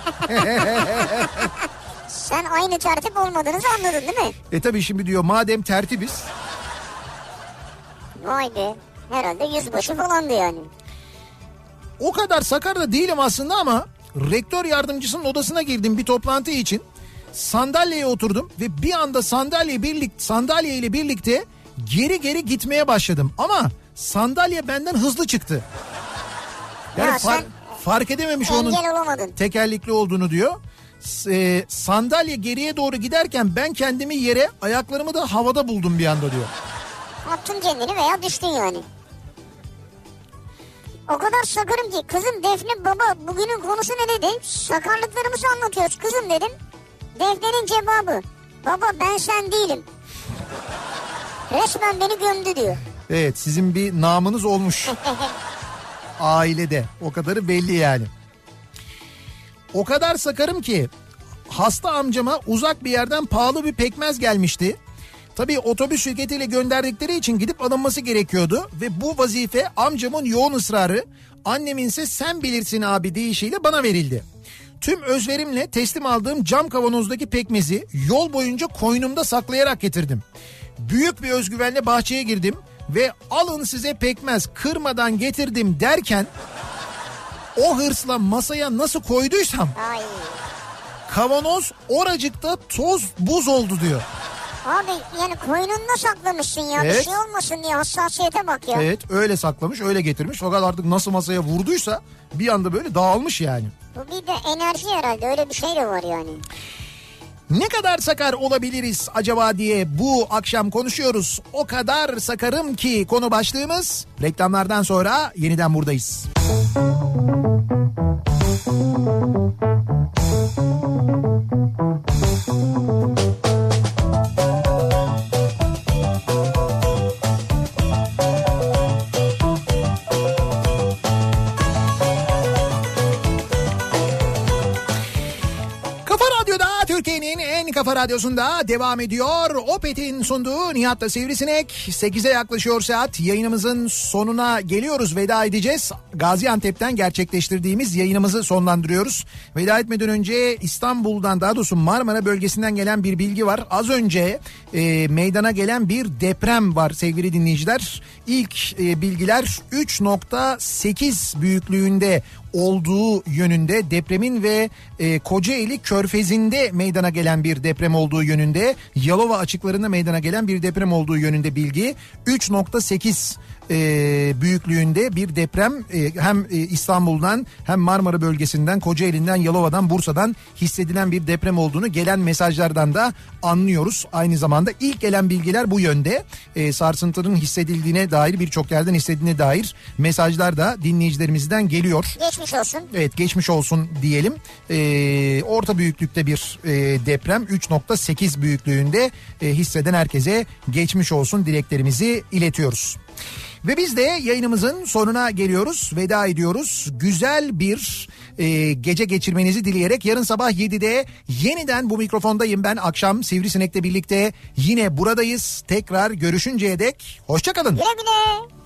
Sen aynı tertip olmadığınızı anladın değil mi? E tabii şimdi diyor madem tertibiz. Vay be. Herhalde yüzbaşı falandı yani. O kadar sakar da değilim aslında ama rektör yardımcısının odasına girdim bir toplantı için. Sandalyeye oturdum ve bir anda sandalye birlik sandalye ile birlikte geri geri gitmeye başladım. Ama sandalye benden hızlı çıktı. Yani ya far, fark edememiş onun olamadın. tekerlekli olduğunu diyor. E, sandalye geriye doğru giderken ben kendimi yere, ayaklarımı da havada buldum bir anda diyor. Attın kendini veya düştün yani. O kadar sakarım ki kızım Defne baba bugünün konusu ne dedi? Sakarlıklarımızı anlatıyoruz kızım dedim. Defne'nin cevabı baba ben sen değilim. Resmen beni gömdü diyor. Evet sizin bir namınız olmuş. Ailede o kadarı belli yani. O kadar sakarım ki hasta amcama uzak bir yerden pahalı bir pekmez gelmişti. Tabii otobüs şirketiyle gönderdikleri için gidip alınması gerekiyordu. Ve bu vazife amcamın yoğun ısrarı, annemin ise sen bilirsin abi deyişiyle bana verildi. Tüm özverimle teslim aldığım cam kavanozdaki pekmezi yol boyunca koynumda saklayarak getirdim. Büyük bir özgüvenle bahçeye girdim ve alın size pekmez kırmadan getirdim derken o hırsla masaya nasıl koyduysam Ay. kavanoz oracıkta toz buz oldu diyor. Abi yani koynunda saklamışsın ya evet. Bir şey olmasın diye hassasiyete bak ya. Evet öyle saklamış öyle getirmiş fakat artık nasıl masaya vurduysa bir anda böyle dağılmış yani. Bu bir de enerji herhalde öyle bir şey de var yani. Ne kadar sakar olabiliriz acaba diye bu akşam konuşuyoruz. O kadar sakarım ki konu başlığımız. Reklamlardan sonra yeniden buradayız. Türkiye'nin en kafa radyosunda devam ediyor. Opet'in sunduğu Nihat'la Sivrisinek. sekize yaklaşıyor saat. Yayınımızın sonuna geliyoruz. Veda edeceğiz. Gaziantep'ten gerçekleştirdiğimiz yayınımızı sonlandırıyoruz. Veda etmeden önce İstanbul'dan, daha doğrusu Marmara bölgesinden gelen bir bilgi var. Az önce e, meydana gelen bir deprem var sevgili dinleyiciler. İlk e, bilgiler üç nokta sekiz büyüklüğünde olduğu yönünde, depremin ve e, Kocaeli Körfezi'nde meydana gelen bir deprem olduğu yönünde, Yalova açıklarında meydana gelen bir deprem olduğu yönünde bilgi. üç nokta sekiz e, büyüklüğünde bir deprem e, hem e, İstanbul'dan hem Marmara bölgesinden, Kocaeli'nden, Yalova'dan, Bursa'dan hissedilen bir deprem olduğunu gelen mesajlardan da anlıyoruz. Aynı zamanda ilk gelen bilgiler bu yönde. E, sarsıntının hissedildiğine dair, birçok yerden hissedildiğine dair mesajlar da dinleyicilerimizden geliyor. Geçmiş olsun. Evet, geçmiş olsun diyelim. E, orta büyüklükte bir e, deprem, üç nokta sekiz büyüklüğünde e, hisseden herkese geçmiş olsun dileklerimizi iletiyoruz. Ve biz de yayınımızın sonuna geliyoruz, veda ediyoruz. Güzel bir e, gece geçirmenizi dileyerek yarın sabah yedide yeniden bu mikrofondayım ben. Akşam Sivrisinek'le birlikte yine buradayız. Tekrar görüşünceye dek hoşça kalın. Güle güle.